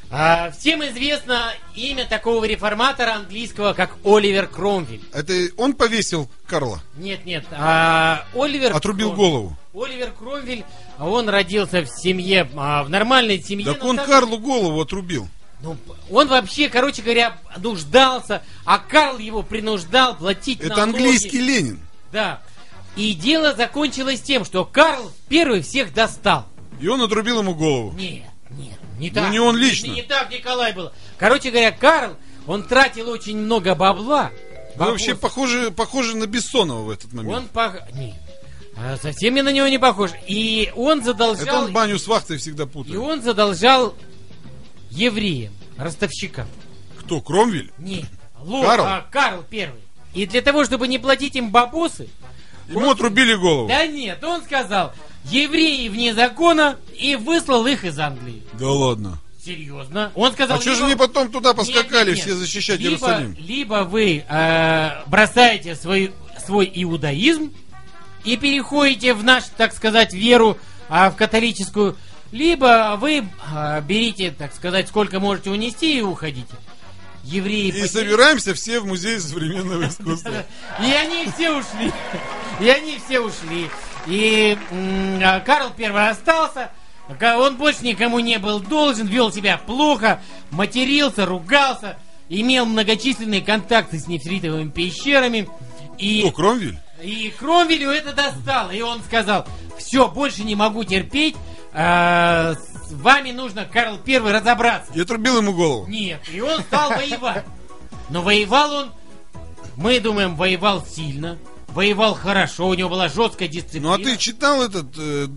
А, всем известно имя такого реформатора английского, как Оливер Кромвель. Это он повесил Карла? Нет, нет. А, Оливер Отрубил Кромвель. голову. Оливер Кромвель, он родился в семье, а, в нормальной семье. Так он там, Карлу голову отрубил. Ну, он вообще, короче говоря, нуждался, а Карл его принуждал платить Это налоги. английский Ленин. Да. И дело закончилось тем, что Карл первый всех достал. И он отрубил ему голову. Нет, нет, не Ну, так. не он лично. Не, не так, Николай, было. Короче говоря, Карл, он тратил очень много бабла. Вы вообще похожи, похожи на Бессонова в этот момент. Он пох... Нет, а, совсем я на него не похож. И он задолжал... Это он баню с вахтой всегда И путает. он задолжал евреям, ростовщикам. Кто, Кромвель? Нет, Лор, Карл? А, Карл первый. И для того, чтобы не платить им бабосы... Ему он... отрубили голову. Да нет, он сказал, евреи вне закона, и выслал их из Англии. Да ладно. Серьезно? Он сказал... А что же либо- они потом туда поскакали Нет, нет, все нет. защищать либо, Иерусалим? Либо вы э, бросаете свой, свой иудаизм и переходите в нашу, так сказать, веру, э, в католическую, либо вы э, берите, так сказать, сколько можете унести и уходите. Евреи... И потеряли- собираемся все в музее современного искусства. И они все ушли. И они все ушли. И м, а Карл первый остался. Ка- Он больше никому не был должен, вел себя плохо, матерился, ругался, имел многочисленные контакты с нефритовыми пещерами. И, Кто, Кромвель? и Кромвелю это достало. И он сказал: все, больше не могу терпеть. а, с вами нужно, Карл Первый, разобраться. И отрубил ему голову. Нет, и он стал воевать. Но воевал он, мы думаем, воевал сильно, воевал хорошо, у него была жесткая дисциплина. Ну а ты читал этот э,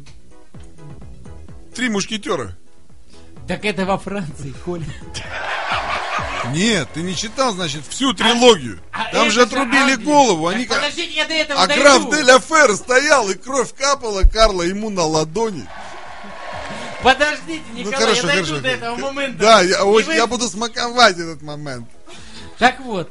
«Три мушкетера»? Так это во Франции, Коля. Нет, ты не читал, значит, всю трилогию. А Там это же отрубили Англия. голову. Так Они как... подождите, я до этого А дойду. граф де ля Фер стоял, и кровь капала Карла ему на ладони. Подождите, Ну Николай, хорошо, я дойду хорошо. до этого момента. Да, я, И очень- вы- я буду смаковать этот момент. Так вот,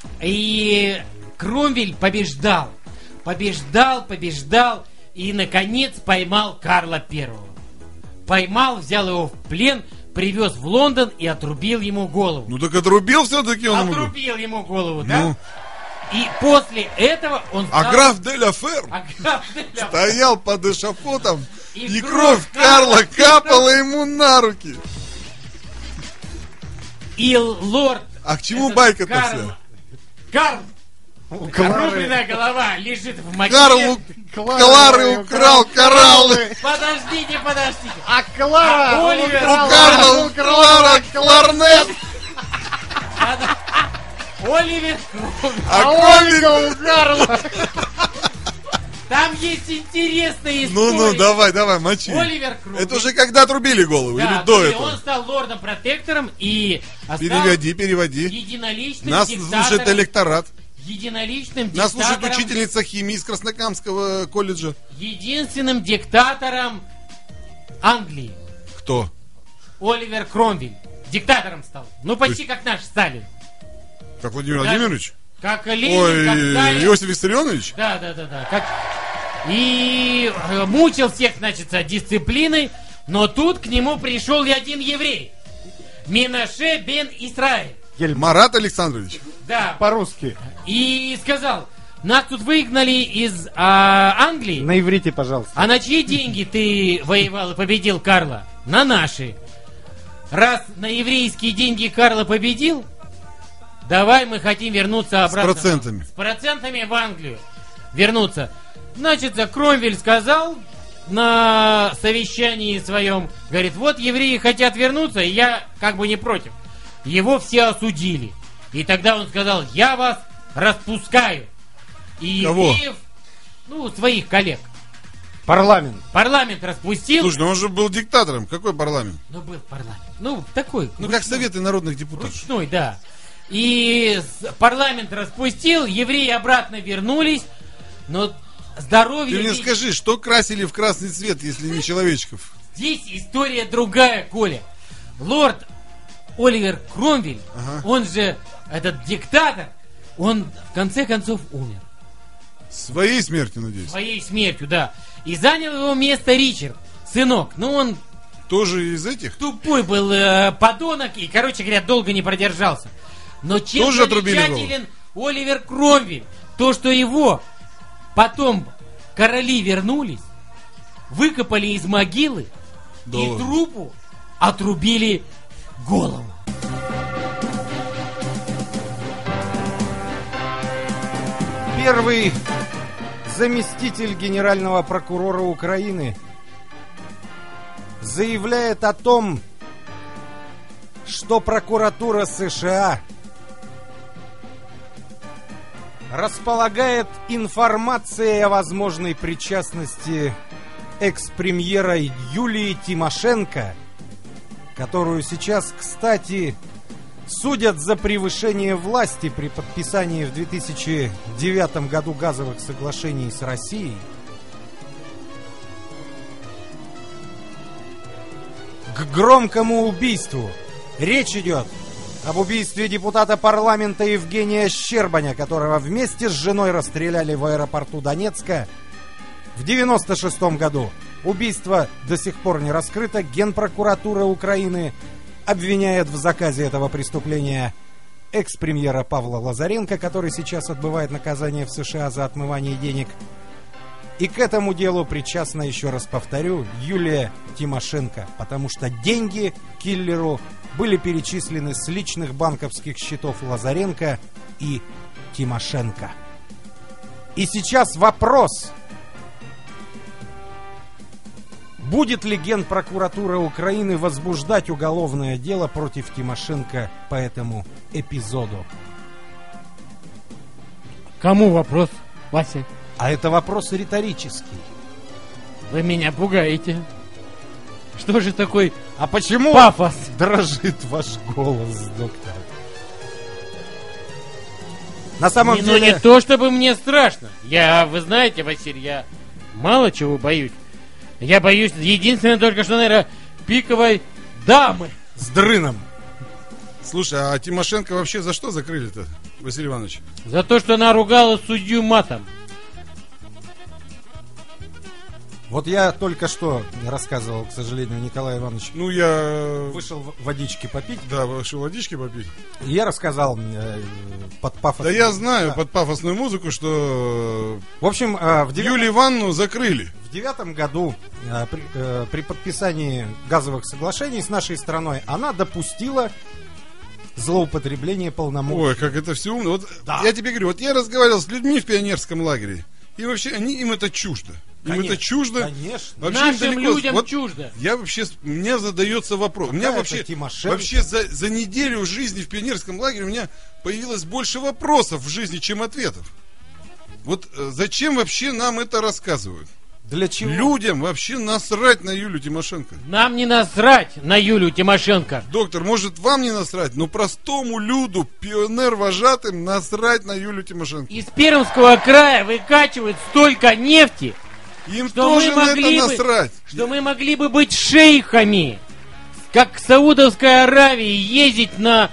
и Кромвель побеждал, побеждал, побеждал, и, наконец, поймал Карла Первого. Поймал, взял его в плен, привез в Лондон и отрубил ему голову. Ну так отрубил все-таки он ему. Отрубил ему голову, да? Ну. И после этого он А стал- граф де ля Фер А граф де ля- стоял под эшафотом, И и, кровь кровь Карла Карла капала ему на руки. И лорд... А к чему этот байка-то Карл... вся? Карл... Клары. Отрубленная голова лежит в могиле. Карл у- Клары Клары украл кораллы. Подождите, подождите. А Клара А Оливер украла- Карла украла Клара кларнет. Оливер Кромвель. А А Кромвель... Ольга у Карла. Там есть интересная история. Ну, ну, давай, давай, мочи. Оливер Кромвель. Это уже когда отрубили голову Да, или до и этого? Он стал лордом-протектором и стал Переводи, переводи. единоличным Нас диктатором. слушает электорат. Единоличным Нас слушает диктатором. учительница химии из Краснокамского колледжа. Единственным диктатором Англии. Кто? Оливер Кромвель. Диктатором стал. Ну, почти как наш Сталин. Как Владимир Да. Владимирович? Как Ленин, как Ой, Сталин. Иосиф Виссарионович? Да, да, да, да. Как... И э, мучил всех, значит, дисциплиной. Но тут к нему пришел и один еврей. Минаше бен Исраэль. Марат Александрович. Да. По-русски. И сказал: нас тут выгнали из а, Англии. На иврите, пожалуйста. А на чьи деньги ты воевал и победил Карла? На наши. Раз на еврейские деньги Карла победил, давай мы хотим вернуться обратно. С процентами. С процентами в Англию. Вернуться. Значит, Кромвель сказал на совещании своем, говорит, вот евреи хотят вернуться, и я как бы не против. Его все осудили. И тогда он сказал, я вас распускаю. И Кого? евреев, ну, своих коллег. Парламент. Парламент распустил. Слушай, ну он же был диктатором. Какой парламент? Ну, был парламент. Ну, такой. Ну, как Советы народных депутатов. Ручной, да. И с- парламент распустил, евреи обратно вернулись, но здоровье... Ты мне здесь- скажи, что красили в красный цвет, если не человечков? Здесь история другая, Коля. Лорд Оливер Кромвель, Ага. он же этот диктатор, он в конце концов умер. Своей смертью, надеюсь. Своей смертью, да. И занял его место Ричард, сынок. Ну, он... Тоже из этих? Тупой был э, подонок и, короче говоря, долго не продержался. Но чем Тоже отрубили замечателен Оливер Кромвель, то, что его потом короли вернулись, выкопали из могилы Да и ладно. трупу отрубили голову. Первый заместитель генерального прокурора Украины заявляет о том, что прокуратура США располагает информацией о возможной причастности экс-премьера Юлии Тимошенко, которую сейчас, кстати, судят за превышение власти при подписании в две тысячи девятом году газовых соглашений с Россией, к громкому убийству. Речь идет об убийстве депутата парламента Евгения Щербаня, которого вместе с женой расстреляли в аэропорту Донецка в девяносто шестом году. Убийство до сих пор не раскрыто. Генпрокуратура Украины обвиняет в заказе этого преступления экс-премьера Павла Лазаренко, который сейчас отбывает наказание в США за отмывание денег. И к этому делу причастна, еще раз повторю, Юлия Тимошенко, потому что деньги киллеру были перечислены с личных банковских счетов Лазаренко и Тимошенко. И сейчас вопрос: будет ли Генпрокуратура Украины возбуждать уголовное дело против Тимошенко по этому эпизоду? Кому вопрос, Вася? А это вопрос риторический. Вы меня пугаете. Что же такой А почему пафос? дрожит ваш голос, доктор? На самом Не, деле... Ну не то, чтобы мне страшно. Я, вы знаете, Василий, я мало чего боюсь. Я боюсь единственное только, что, наверное, пиковой дамы. С дрыном. Слушай, а Тимошенко вообще за что закрыли-то, Василий Иванович? За то, что она ругала судью матом. Вот я только что рассказывал, к сожалению, Николай Иванович, Ну, я... вышел в- водички попить, Да, вышел водички попить. и я рассказал э, под пафос. Да я знаю Да. под пафосную музыку, что В общем, э, в девятом... Юлию Ивановну закрыли. В девятом году э, при, э, при подписании газовых соглашений с нашей страной она допустила злоупотребление полномочий. Ой, как это все умно. Вот Да. я тебе говорю, вот я разговаривал с людьми в пионерском лагере, и вообще они, им это чуждо. Им Конечно, это чуждо. Конечно. Вообще им Нашим далеко- людям вот чуждо. Я вообще, с- мне задается вопрос. У меня Какая вообще, это Тимошенко? вообще за, за неделю жизни в пионерском лагере у меня появилось больше вопросов в жизни, чем ответов. Вот э, зачем вообще нам это рассказывают? Для чего? Людям вообще насрать на Юлю Тимошенко. Нам не насрать на Юлю Тимошенко. Доктор, может вам не насрать, но простому люду, пионер-вожатым, насрать на Юлю Тимошенко. Из Пермского края выкачивают столько нефти, Им что тоже мы на могли это бы- насрать. что мы могли бы быть шейхами, как в Саудовской Аравии, ездить на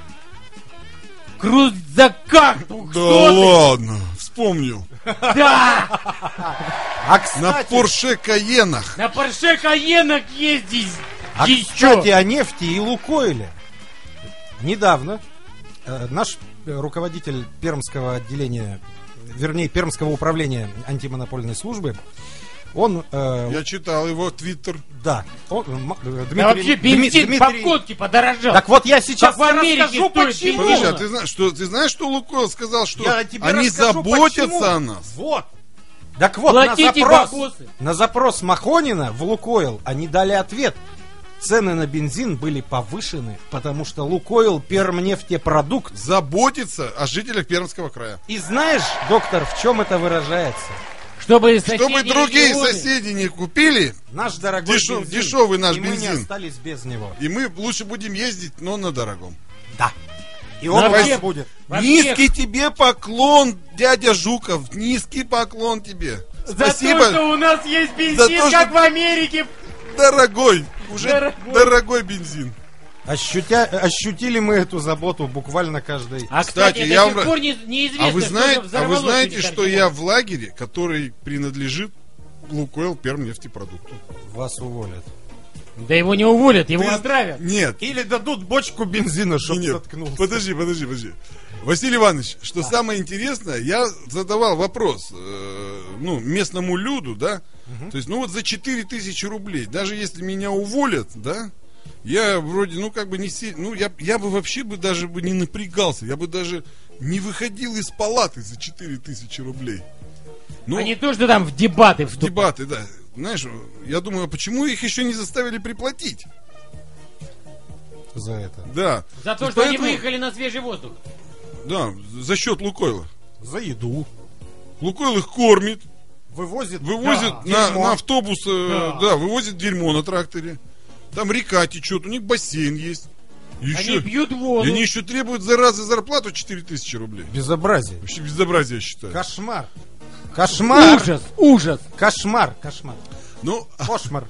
крузаках Да двухсотых. ладно, вспомнил. Да! А На кстати, Порше Каенах. На Порше Каенах ездить. а Еще. кстати о нефти и Лукойле. Недавно э, наш э, руководитель Пермского отделения, вернее, Пермского управления антимонопольной службы, он... э, Я читал его твиттер. Да. Он, м- э, Дмитрий, Да вообще Дми- бензин Дмитрий- по котке подорожал. Так вот я сейчас Как в Америке расскажу, стоит почему. Подожди, а Полно. ты знаешь, что, ты знаешь, что Лукойл сказал, что Я тебе они расскажу, заботятся почему. о нас? Вот. Так вот, Платите на запрос, бабосы. на запрос Махонина в Лукойл они дали ответ. Цены на бензин были повышены, потому что Лукойл Пермнефтепродукт. Заботиться о жителях Пермского края. И знаешь, доктор, в чем это выражается? Чтобы, Чтобы соседние другие регионы- соседи не купили, Наш дорогой Дешев- бензин, дешевый наш и мы не бензин. остались без него. и мы лучше будем ездить, но на дорогом. Да. И он у Вообще- вас будет. Вообще- Низкий тебе поклон, дядя Жуков, низкий поклон тебе. За Спасибо, то, что у нас есть бензин, За то, как что- в Америке. дорогой, уже Дорогой. дорогой бензин. Ощутя... Ощутили мы эту заботу буквально каждый. А, Кстати, кстати, я до сих вам- пор не, неизвестно, А вы, что знаете, же а вы взорвалось знаете, перед что Харьковом. я в лагере, который принадлежит Лукойл Пермнефтепродукту. Вас уволят. Да его не уволят, его Ты- отравят. Нет. Или дадут бочку бензина, чтобы Нет, заткнулся. подожди, подожди, подожди. Василий Иванович, что самое интересное, я задавал вопрос, э, ну, местному люду, да, то есть, ну, вот за четыре тысячи рублей, даже если меня уволят, да, я вроде, ну, как бы не си- ну, я, я бы вообще бы даже бы не напрягался, я бы даже не выходил из палаты за четыре тысячи рублей. Ну, А не то, что там в дебаты в вступать. дебаты, да. Знаешь, я думаю, а почему их еще не заставили приплатить? За это. Да. За то, И что они поэтому- выехали на свежий воздух. Да, за счет Лукойла. За еду. Лукойл их кормит, Вывозит. вывозит Да, на, дерьмо. на автобус, э, Да. да. вывозит дерьмо на тракторе. Там река течет, у них бассейн есть. И Они еще, пьют воду. и они еще требуют за раз за зарплату четыре тысячи рублей. Безобразие. Вообще безобразие, я считаю. Кошмар. Кошмар. Ужас, ужас. Кошмар. Кошмар. Ну, а, Кошмар.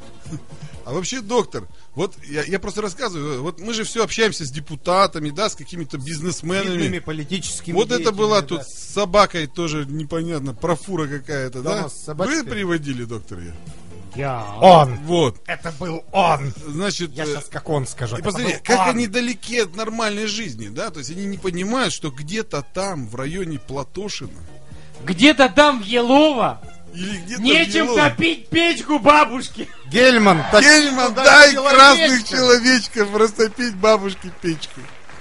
а вообще, доктор, вот я, я просто рассказываю, вот мы же все общаемся с депутатами, да, с какими-то бизнесменами. Видными политическими Вот это была деятелями, тут с собакой тоже непонятно, профура какая-то, Да, да? с собачкой. Вы приводили, доктор, ее? Я. Он. Вот, Это был он. значит... Я э, сейчас как он скажу. И Это посмотри, был как он. они далеки от нормальной жизни, да? То есть они не понимают, что где-то там, в районе Платошина, Где-то там в Елово или где-то в нечем Елово- топить печку бабушки. Гельман. тащи Гельман, туда дай человечка. красных человечков растопить бабушке печку.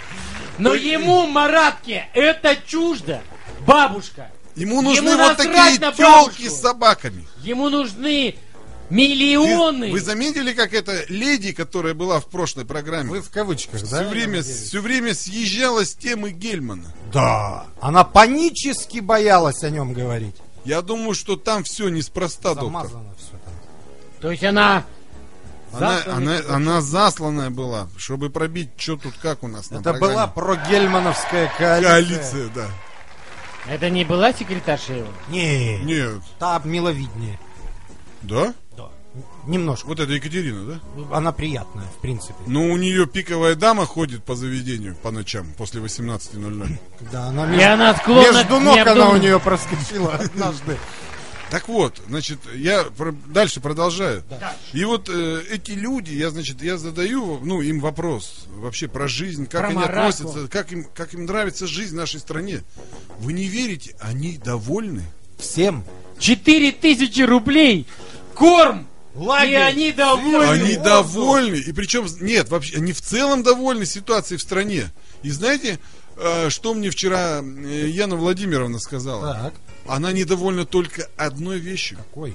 Но ему, Маратке, это чуждо. Бабушка. Ему нужны Ему вот насрать такие на телки бабушку. с собаками. Ему нужны Ты- миллионы. Вы заметили, как эта леди, которая была в прошлой программе, Вы в кавычках, да? все, я время, надеюсь? все время съезжала с темы Гельмана? Да. Она панически боялась о нем говорить. Я думаю, что там все неспроста, доктор. Замазано все там. То есть она... Она, засланный она, человек. она засланная была, чтобы пробить, что тут как у нас на Это программе. была прогельмановская коалиция. Коалиция, да. Это не была секретарша его? Не, Нет. та миловиднее. Да? Да. Немножко. Вот это Екатерина, да? Она приятная, в принципе. Но у нее пиковая дама ходит по заведению по ночам после восемнадцати ноль-ноль. Да, она И она склонна между к ног она у необдуманным- нее проскочила однажды. Так вот, значит, я про- дальше продолжаю. И вот э, эти люди, я, значит, я задаю, ну, им вопрос вообще про жизнь, как Про они Маратку. относятся, как им, как им нравится жизнь в нашей стране. Вы не верите, они довольны. Всем. Четыре тысячи рублей. Корм. Лагерь. И они довольны. Они воздух. довольны. И причем, нет, вообще, они в целом довольны ситуацией в стране. И знаете, э, что мне вчера э, Яна Владимировна сказала? Так, Она недовольна только одной вещью. какой?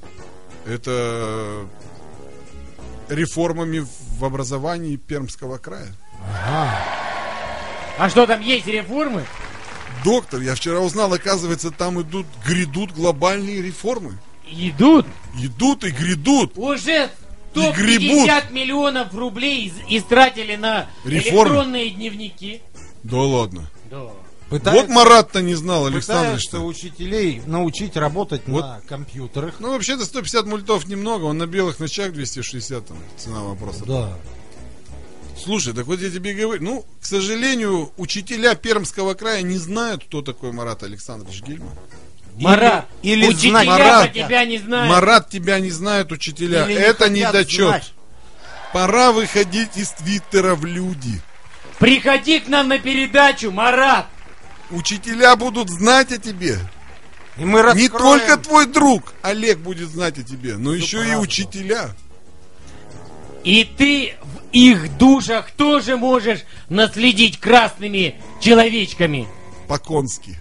Это реформами в образовании Пермского края. Ага. А что там есть реформы? Доктор, я вчера узнал, оказывается, там идут, грядут глобальные реформы. Идут. Идут и грядут. Уже сто гребут. пятьдесят миллионов рублей из- истратили на Реформы. электронные дневники. Да ладно. Да. Пытаются, Вот Марат-то не знал, Александр, пытаются что. учителей научить работать Вот. на компьютерах. Ну, вообще-то сто пятьдесят мультов немного, он на белых ночах двести шестьдесят, там, цена вопроса. Да. Слушай, так вот я тебе говорю, ну, к сожалению, учителя Пермского края не знают, кто такой Марат Александрович Гельман. Марат, или учителя знать Марат. по тебя не знают. Марат, тебя не знают учителя, Или не это хотят недочет. знать. Пора выходить из Твиттера в люди. Приходи к нам на передачу, Марат. Учителя будут знать о тебе. И мы раскроем. Не только твой друг Олег будет знать о тебе, но еще и правду. учителя. И ты в их душах тоже можешь наследить красными человечками. По-конски.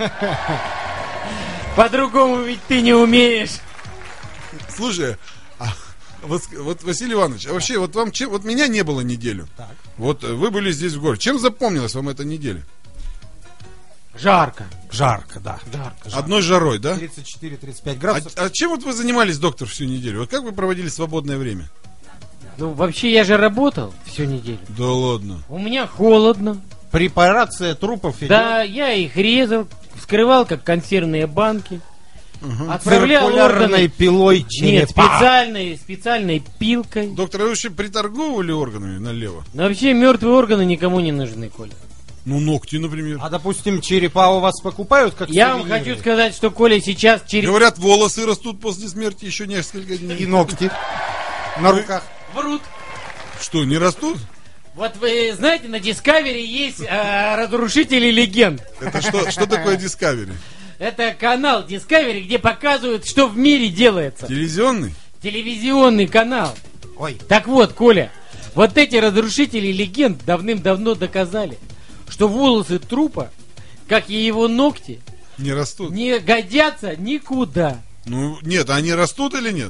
По-другому ведь ты не умеешь. Слушай, а вот, вот, Василий Иванович, а вообще, вот вам чем, вот меня не было неделю. Так. Вот э, вы были здесь в городе. Чем запомнилась вам эта неделя? Жарко. Жарко, да. Жарко. Одной жарой, да? тридцать четыре тридцать пять А, градусов. а чем вот вы занимались, доктор, всю неделю? Вот как вы проводили свободное время? Ну, вообще, я же работал всю неделю. Да ладно. У меня холодно. Препарация трупов идет. Да, я их резал, вскрывал, как консервные банки. Ага. Отправлял Циркулярной органы. пилой Нет, черепа. специальной, специальной пилкой. Доктор, а вы вообще приторговывали органами налево? Но вообще мертвые органы никому не нужны, Коля. Ну, ногти, например. А, допустим, черепа у вас покупают как Я вам сувениры? хочу сказать, что Коля сейчас через... Говорят, волосы растут после смерти еще несколько И дней. ногти на руках. Врут. Что, не растут? Вот вы знаете, на Discovery есть э, разрушители легенд. Это что, что такое Discovery? Это канал Discovery, где показывают, что в мире делается. Телевизионный? Телевизионный канал. Ой. Так вот, Коля, вот эти разрушители легенд давным-давно доказали, что волосы трупа, как и его ногти, Не растут? не годятся никуда. Ну, нет, они растут или нет?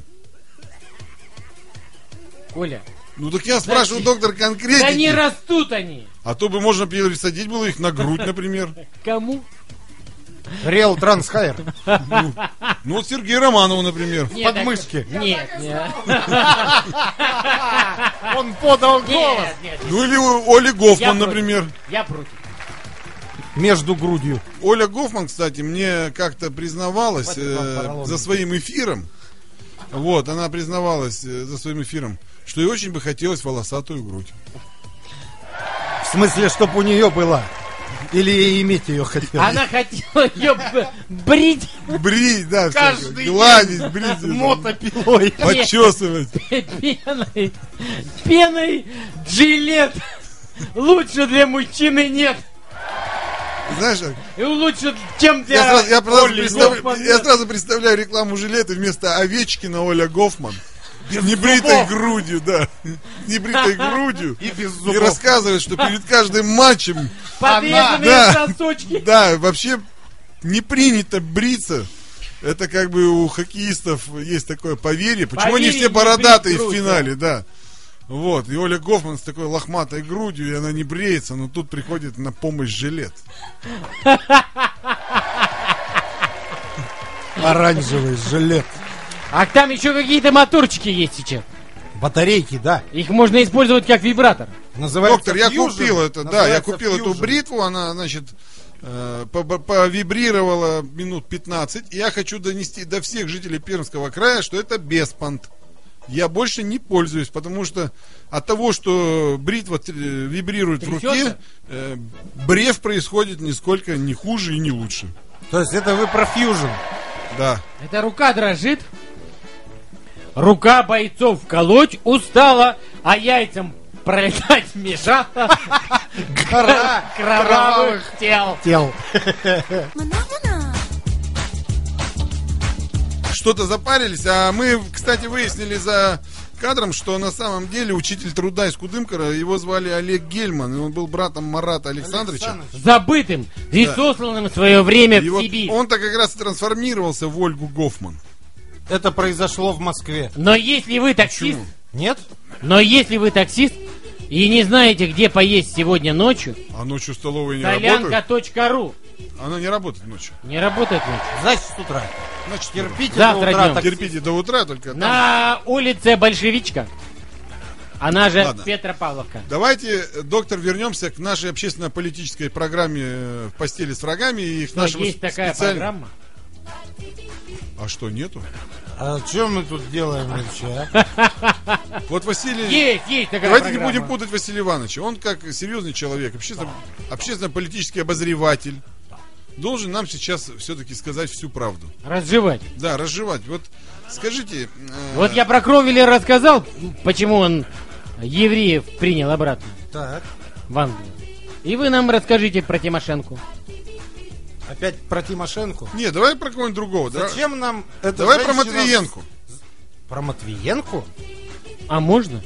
Коля, Ну, так я спрашиваю, доктор, конкретнее. да не растут они. А то бы можно пересадить было их на грудь, например. Кому? Реал Трансхайр. Ну, вот Сергею Романову, например. Нет, Подмышки. так- Нет, нет. Он подал голос. Нет, нет. Ну, или у Оли Я Гофман, против. например. Я против. Между грудью. Оля Гофман, кстати, мне как-то признавалась Хватит вам э, поролона. за своим эфиром. Вот, она признавалась э, за своим эфиром, что ей очень бы хотелось волосатую грудь. В смысле, чтоб у нее была. Или иметь ее хотел. Она хотела ее б- брить Брить, да, Каждый всякое, гладить, брить. Мотопилой. Почесывать. пеной. Пеной Джилет. Лучше для мужчины нет. Знаешь, как? И лучше, чем для я, сразу, я, сразу Оли представ- Гофман я нет. сразу представляю рекламу жилета вместо Овечкина Оля Гофман. С небритой зубов. грудью, да. С небритой грудью. И без И зубов. рассказывает, что перед каждым матчем, Подрезанные Да. сосочки. да, вообще не принято бриться. Это как бы у хоккеистов есть такое поверье. Почему Поверье, они все не бородатые брить в грудь, финале, да. Вот, и Оля Гофман с такой лохматой грудью, и она не бреется, но тут приходит на помощь жилет. Оранжевый жилет. А там еще какие-то моторчики есть сейчас. Батарейки, да. Их можно использовать как вибратор. Называется Доктор, я Fusion. купил это, да, я Называется купил эту Fusion. бритву, она, значит, э, по- по- повибрировала минут пятнадцать. И я хочу донести до всех жителей Пермского края, что это беспонт. Я больше не пользуюсь, потому что от того, что бритва э, вибрирует в руке, Трясется? э, брев происходит нисколько не хуже и не лучше. То есть это вы про Fusion. Да. Эта рука дрожит. Рука бойцов колоть устала, а яйцам пролетать мешала. Гора Кровавых тел. тел. Что-то запарились, а мы, кстати, выяснили за кадром, что на самом деле учитель труда из Кудымкара, его звали Олег Гельман, и он был братом Марата Александровича. Забытым и Да. сосланным в свое время И в вот Сибирь. он-то как раз и трансформировался в Ольгу Гофман. Это произошло в Москве. Но если вы таксист, Почему? Нет? но если вы таксист и не знаете, где поесть сегодня ночью, А ночью столовые не работают? солянка точка ру Она не работает ночью. не работает ночью. Значит, с утра. Значит, Терпите Завтра до утра. днем. так- терпите до утра только. там. На улице Большевичка. Она же Ладно. Петропавловка. Давайте, э, доктор, вернемся к нашей общественно-политической программе э, «В постели с врагами» и к Что, нашему есть такая специаль- программа? А что, нету? А что мы тут делаем вообще, а? Вот Василий... Есть, есть такая Давайте не программа. будем путать Василия Ивановича. Он как серьезный человек, общественно- общественно-политический обозреватель, должен нам сейчас все-таки сказать всю правду. Разжевать. Да, разжевать. Вот скажите... э, Вот я про Кровеля рассказал, почему он евреев принял обратно Так. в Англию. И вы нам расскажите про Тимошенко. Опять про Тимошенко. Не, давай про кого-нибудь другого. да? Зачем нам это Давай про Матвиенко. Про Матвиенко? А можно?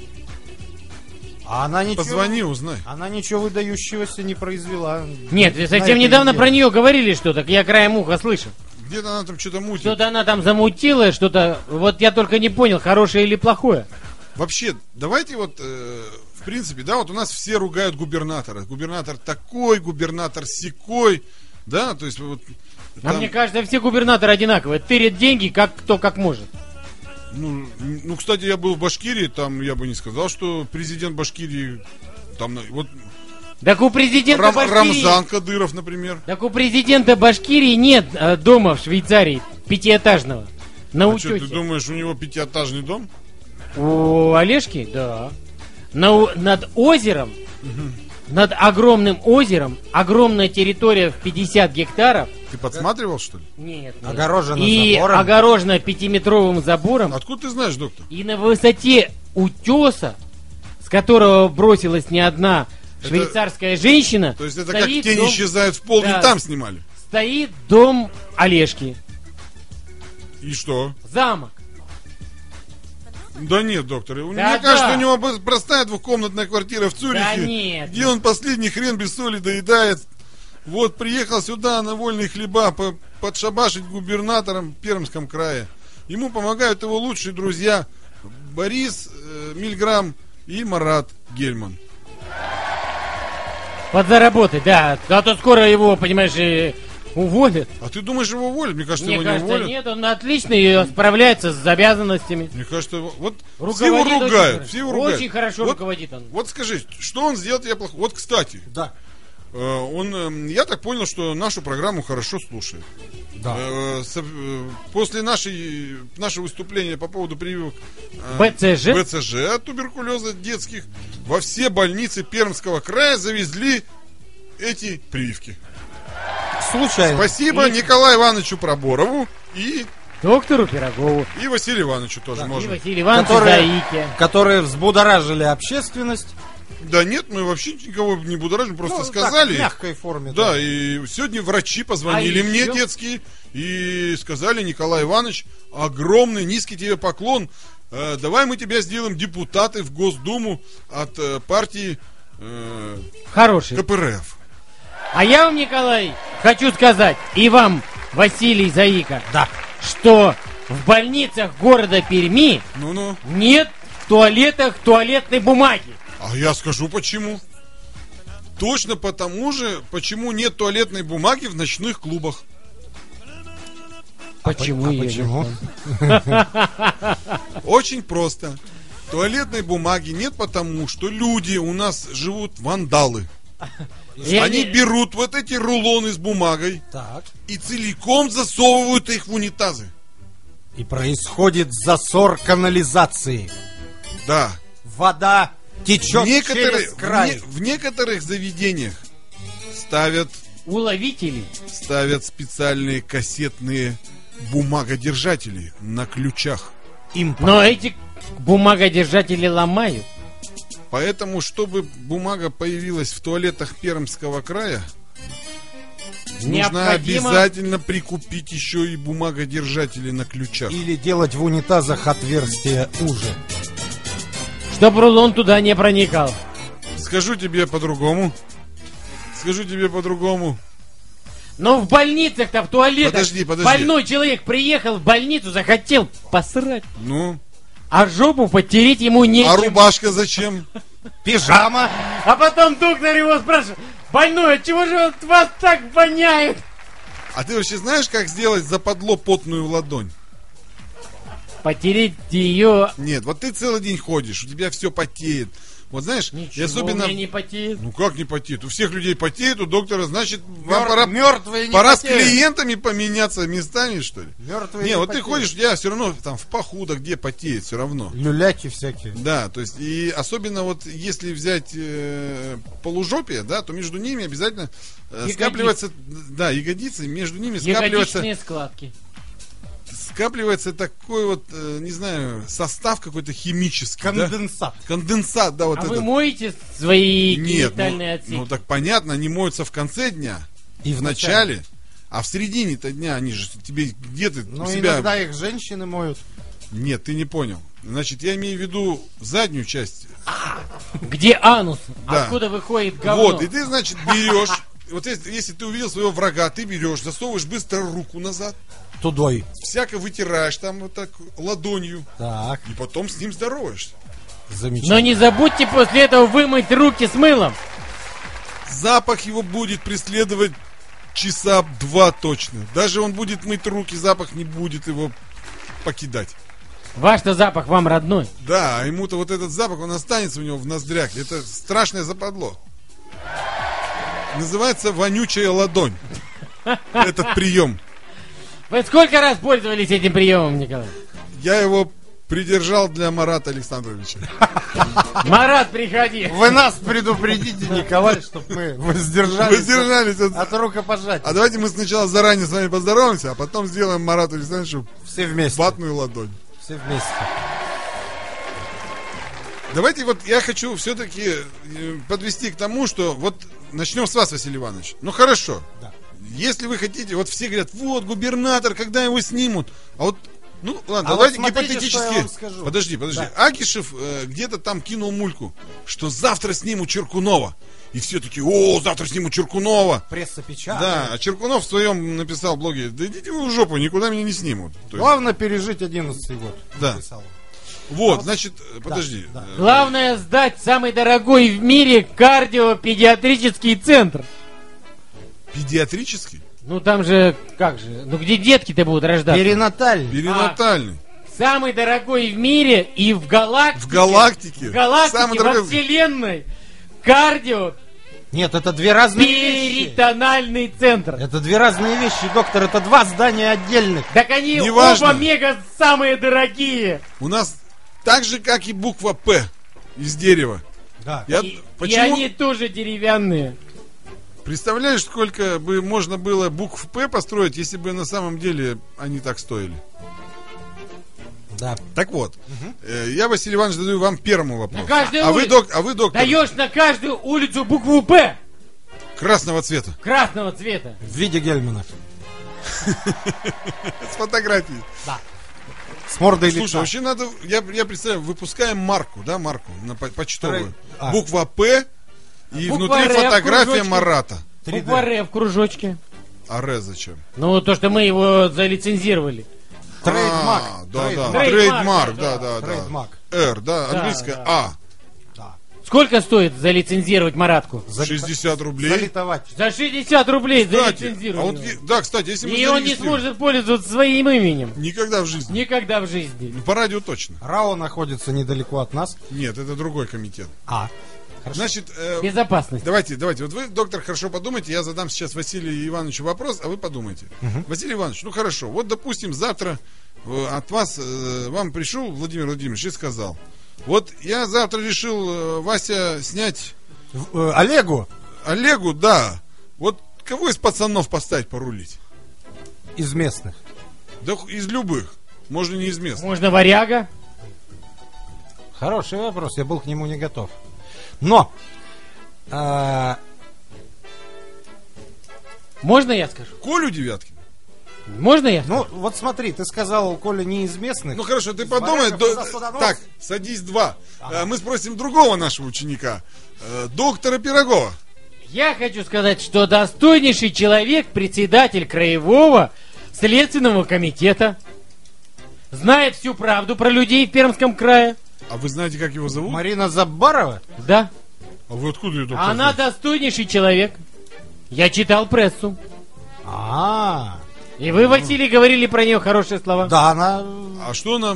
А она ничего... Позвони, узнай. Она ничего выдающегося не произвела. Нет, вы На совсем этой недавно неделе. про нее говорили что-то, я краем уха слышал. Где-то она там что-то мутит. Что-то она там замутила, что-то... Вот я только не понял, хорошее или плохое. Вообще, давайте вот, э, в принципе, да, вот у нас все ругают губернатора. Губернатор такой, губернатор сякой, да, то есть вот... А там, мне кажется, все губернаторы одинаковые. Тырят деньги, как кто как может. ну, ну, кстати, я был в Башкирии, там я бы не сказал, что президент Башкирии, там, вот, Так у президента Рам- Башкирии... Рамзан Кадыров, например. Так у президента Башкирии нет э, дома в Швейцарии пятиэтажного. На А что, ты учете. думаешь, у него пятиэтажный дом? У Олежки? Да. На у- над озером, над огромным озером, огромная территория в пятьдесят гектаров. Ты подсматривал, что ли? Нет, Огорожена И забором. огорожена пятиметровым забором. Откуда ты знаешь, доктор? И на высоте утеса, с которого бросилась не одна Это- швейцарская женщина, То есть это как стоит тень дом- исчезает в пол, Да. и там снимали. стоит дом Олежки. И что? Замок. Да нет, доктор, мне Да, кажется, да. у него бы простая двухкомнатная квартира в Цюрихе, Да нет. где он последний хрен без соли доедает. Вот приехал сюда на вольные хлеба по- подшабашить губернатором в Пермском крае. Ему помогают его лучшие друзья Борис э, Мильграм и Марат Гельман. Подзаработать, да. А то скоро его, понимаешь, и уволят. А ты думаешь, его уволят? Мне кажется, Мне его кажется, не уволят. нет, он отлично и справляется с обязанностями. Мне кажется, его- вот все его Руководит очень ругают, хорошо. все его ругают. Очень хорошо вот, руководит он. Вот скажи, что он сделал тебе плохо? Вот, кстати, Да. э, он, эм, я так понял, что нашу программу хорошо слушает. Да. Э, со- э, После нашей, нашего выступления по поводу прививок э, БЦЖ? БЦЖ от туберкулеза детских во все больницы Пермского края завезли эти прививки. Случайно. Спасибо И- Николаю Ивановичу Проборову и, Доктору Пирогову. и Василию Ивановичу тоже И можно. Василию Ивановичу Которые- Заике. Которые взбудоражили общественность. Да нет, мы вообще никого не будоражим, просто Ну, так, сказали. в мягкой форме. Да, и сегодня врачи позвонили А мне еще? детские и сказали: Николай Иванович, огромный низкий тебе поклон. Э, давай мы тебя сделаем депутаты в Госдуму от э, партии э, Хороший. КПРФ. А я вам, Николай, хочу сказать, и вам, Василий Заика, Да. что в больницах города Перми Ну-ну. нет в туалетах туалетной бумаги. А я скажу почему. Точно потому же, почему нет туалетной бумаги в ночных клубах. Почему? А я не почему? знаю. Очень просто. Туалетной бумаги нет потому, что люди у нас живут вандалы. Я Они не- берут вот эти рулоны с бумагой Так. и целиком засовывают их в унитазы. И происходит засор канализации. Да. Вода течет Некоторые, через в, край. не- в некоторых заведениях ставят, Уловители. ставят специальные кассетные бумагодержатели на ключах. Им Но эти бумагодержатели ломают. Поэтому, чтобы бумага появилась в туалетах Пермского края, нужно Необходимо- обязательно прикупить еще и бумагодержатели на ключах. Или делать в унитазах отверстия уже. Чтобы рулон туда не проникал. Скажу тебе по-другому. Скажу тебе по-другому. Но в больницах-то, в туалетах, Подожди, подожди. больной человек приехал в больницу, захотел посрать, Ну, а жопу потереть ему нечем. а рубашка зачем? Пижама. А потом доктор его спрашивает: больной, от чего же от вас так воняет? А ты вообще знаешь, как сделать западло потную ладонь? Потереть ее. Нет, вот ты целый день ходишь, у тебя все потеет. Вот знаешь, и Ничего особенно... у меня не потеет. Ну как не потеет? У всех людей потеет, у доктора, значит, вам Мер- пора, мертвые не пора с потеют. клиентами поменяться местами, что ли? Мертвые Не, вот ты потеют. ходишь, я все равно там в паху, да где потеет, все равно. Люляки всякие. Да, то есть, и особенно вот если взять э, полужопие, да, то между ними обязательно э, Ягодицы. скапливается, да, ягодицы, между ними скапливается, Ягодичные складки. скапливается такой вот, э, не знаю, состав какой-то химический, да? Конденсат. Конденсат, да, вот А этот. вы моете свои Нет, генитальные ну, отсеки? ну так понятно, они моются в конце дня, И в начале, а в середине-то дня они же тебе где ты Но у себя... иногда их женщины моют. Нет, ты не понял. Значит, я имею в виду заднюю часть. Где анус? Да. Откуда выходит говно? Вот, и ты, значит, берешь, вот если, если ты увидел своего врага, ты берешь, засовываешь быстро руку назад, Тудой. всяко вытираешь там вот так ладонью, Так, и потом с ним здороваешься. замечательно. Но не забудьте после этого вымыть руки с мылом. Запах его будет преследовать часа два точно. Даже он будет мыть руки, запах не будет его покидать. Ваш-то запах вам родной. Да, а ему-то вот этот запах, он останется у него в ноздрях. Это страшное западло. Называется вонючая ладонь. Этот прием. Вы сколько раз пользовались этим приемом, Николай? Я его придержал для Марата Александровича. Марат, приходи. Вы нас предупредите, Николай, чтобы мы воздержались, Воздержались от... от рукопожатия. А давайте мы сначала заранее с вами поздороваемся, а потом сделаем Марату Александровичу Все вместе. ватную ладонь. Все вместе. Давайте вот я хочу все-таки подвести к тому, что вот начнем с вас, Василий Иванович. Ну хорошо. Да. Если вы хотите, вот все говорят, вот губернатор, когда его снимут. А вот, ну ладно, А давайте вот смотрите, гипотетически. что я вам скажу. Подожди, подожди. Да. Акишев э, где-то там кинул мульку, что завтра снимут Черкунова. И все такие, о, завтра снимут Черкунова. Пресса печатает. Да, а Черкунов в своем написал блоге, да идите вы в жопу, никуда меня не снимут. То есть, Главное пережить одиннадцатый год. Да. Написал он. вот, вот- значит, подожди. да. Э, Главное сдать самый дорогой в мире кардиопедиатрический центр. Педиатрический? Ну там же, как же, ну где детки-то будут рождаться? Перинатальный. Перинатальный. Самый дорогой в мире и в галактике. В галактике. В галактике, Самый во дорогой. вселенной. Кардио Нет, это две разные вещи. перитональный центр. Это две разные вещи, доктор. Это два здания отдельных. Так они Неважно. оба мега самые дорогие. У нас так же, как и буква П из дерева. Да. Я, И, и почему? они тоже деревянные. Представляешь, сколько бы можно было букв П построить, если бы на самом деле они так стоили? Да. Так вот, э, я, Василий Иванович, задаю вам первому вопрос. На каждой А вы, улице док, а вы доктор даешь на каждую улицу букву П красного цвета. красного цвета. В виде Гельмана. С фотографией. С мордой Слушай, лица. вообще надо, я, я представляю, выпускаем марку, да, марку, на по- почтовую. А. Буква П и Буква внутри Р в фотография кружочке. Марата. три дэ. Буква Р в кружочке. А Р зачем? Ну, то, что мы его залицензировали. Трейдмарк. А, да, да, Трейдмарк, трейдмарк, да, да, да, да. Трейдмарк. Р, да, Да, английское да. А. Да. Сколько стоит залицензировать Маратку? За- шестьдесят рублей. Залитовать. За шестьдесят рублей Кстати, а залицензировать. вот, е- да, кстати, если мы И он не зарегистрируем- сможет пользоваться своим именем. Никогда в жизни. Никогда в жизни. Ну, по радио точно. РАО находится недалеко от нас. Нет, это другой комитет. А. Хорошо. Значит, э, Безопасность. давайте, давайте. Вот вы, доктор, хорошо подумайте. Я задам сейчас Василию Ивановичу вопрос, а вы подумайте. Василий Иванович, ну хорошо. Вот, допустим, завтра э, от вас, э, вам пришел Владимир Владимирович и сказал: вот я завтра решил, э, Вася, снять В- э, Олегу Олегу, да. Вот кого из пацанов поставить порулить? из местных. Да ху- из любых. Можно не из местных. Можно варяга. Хороший вопрос, я был к нему не готов. Но а, Можно я скажу? Колю Девяткина. Можно я ну скажу? вот смотри, ты сказал, Коля, не из местных. Ну хорошо, ты Из подумай. варягов до- туда, сюда, ну. Так, садись два. Э, Мы спросим другого нашего ученика, э, доктора Пирогова. Я хочу сказать, что достойнейший человек, председатель краевого следственного комитета, знает всю правду про людей в Пермском крае. А вы знаете, как его зовут? Марина Забарова? Да. А вы откуда ее только Она знаете? достойнейший человек. Я читал прессу. А, И вы, Василий, говорили про нее хорошие слова. да, она. А что она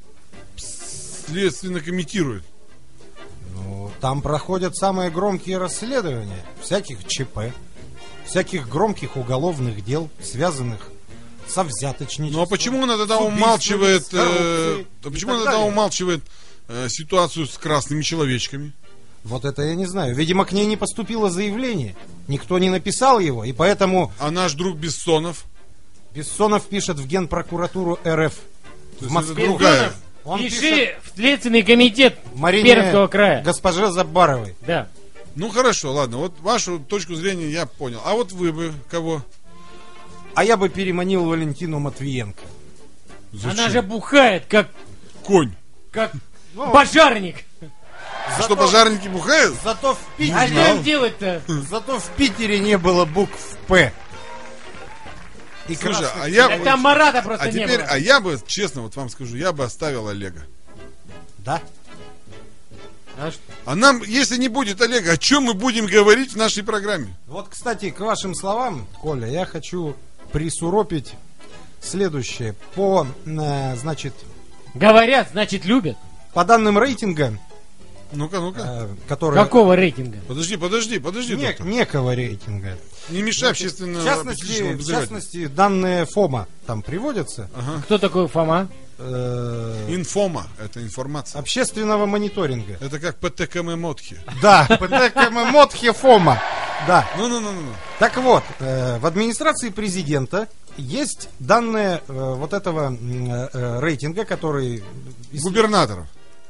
следственно комментирует? Ну, там проходят самые громкие расследования всяких ЧП, всяких громких уголовных дел, связанных со взяточничеством. Ну а почему она тогда с убийствами, умалчивает, с коррупцией э, и почему так она тогда далее? умалчивает э, ситуацию с красными человечками? Вот это я не знаю. Видимо, к ней не поступило заявление. Никто не написал его, и поэтому А наш друг Бессонов? Бессонов пишет в Генпрокуратуру РФ То в есть Москве. это другая. Бессонов, Он пиши пишет в Следственный комитет Марине Пермского края. госпоже Забаровой. Да. Ну хорошо, ладно, вот вашу точку зрения я понял. А вот вы бы кого? А я бы переманил Валентину Матвиенко. Она же бухает, как, Конь. как Ну, пожарник. А что, пожарники бухают? Зато в А Питере, что им делать-то? зато в Питере не было букв П. И Слушай, красных а я, Так там Марата просто а не теперь, было. а я бы, честно, вот вам скажу, я бы оставил Олега. Да? А ш- А нам, если не будет Олега, о чем мы будем говорить в нашей программе? Вот, кстати, к вашим словам, Коля, я хочу присуропить следующее. По, э, значит, Говорят, значит любят. по данным рейтинга, Ну-ка, ну-ка. э, который... Какого рейтинга? Подожди, подожди, подожди, Не- доктор. некого рейтинга. Не мешай общественно В частности, политическому в обозревателю. частности, данные ФОМа там приводятся. Ага. Кто такой Фома? э, Инфома, это информация. общественного мониторинга. Это как ПТКМ Мотхи. Да, ПТКМ Мотхи ФОМа. Да. Ну-ну-ну-ну. Так вот, э, в администрации президента есть данные э, вот этого м, э, рейтинга, который... ис- Губернаторов. Да.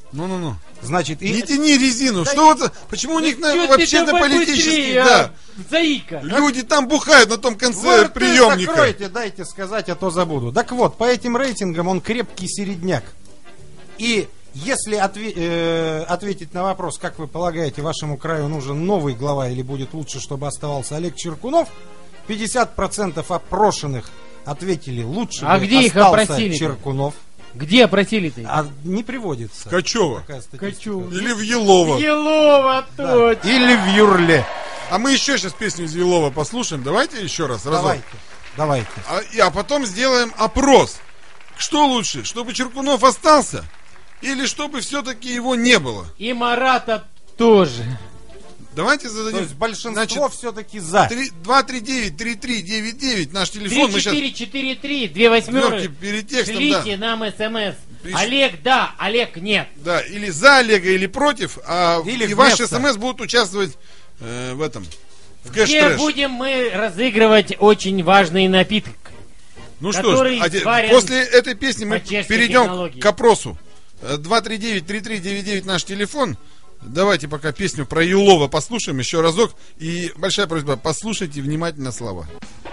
Ну-ну-ну. Значит, и... Не тяни резину. Да что не- вот, почему у них Да на, чё ты вообще-то давай политический, быстрее, да. а, Заика. Люди там бухают на том конце Вы рты приемника. закройте, дайте сказать, а то забуду. Так вот, по этим рейтингам он крепкий середняк. И если отве- э, ответить на вопрос, как вы полагаете, вашему краю нужен новый глава или будет лучше, чтобы оставался Олег Чиркунов, пятьдесят процентов опрошенных ответили лучше А бы где их остался опросили-то? Чиркунов. Где опросили-то? А не приводится. Качева. Такая статистика. Качу. Или в Елово. Елова, Да. точно. Или в Юрле. А мы еще сейчас песню из Елова послушаем. Давайте еще раз. разок. Давайте, давайте. А, и- а потом сделаем опрос. Что лучше, чтобы Чиркунов остался? Или чтобы все-таки его не было? И Марата тоже. Давайте То зададим. есть большинство Значит, все-таки за. два три девять три три девять девять наш телефон. три Мы сейчас четыре четыре три, две восьмерки. перед текстом, да. Шлите нам смс. Пиш- Олег да, Олег нет. Да, или за Олега, или против, а Или и ваши вместо. смс будут участвовать э, в этом, в Где кэш-трэш. будем мы разыгрывать очень важный напиток. Ну что который ж, а те- сварен после этой песни мы по чешской перейдем технологии. к опросу. Э, два три девять три три девять девять наш телефон. Давайте пока песню про Елова послушаем еще разок. И большая просьба, послушайте внимательно слова.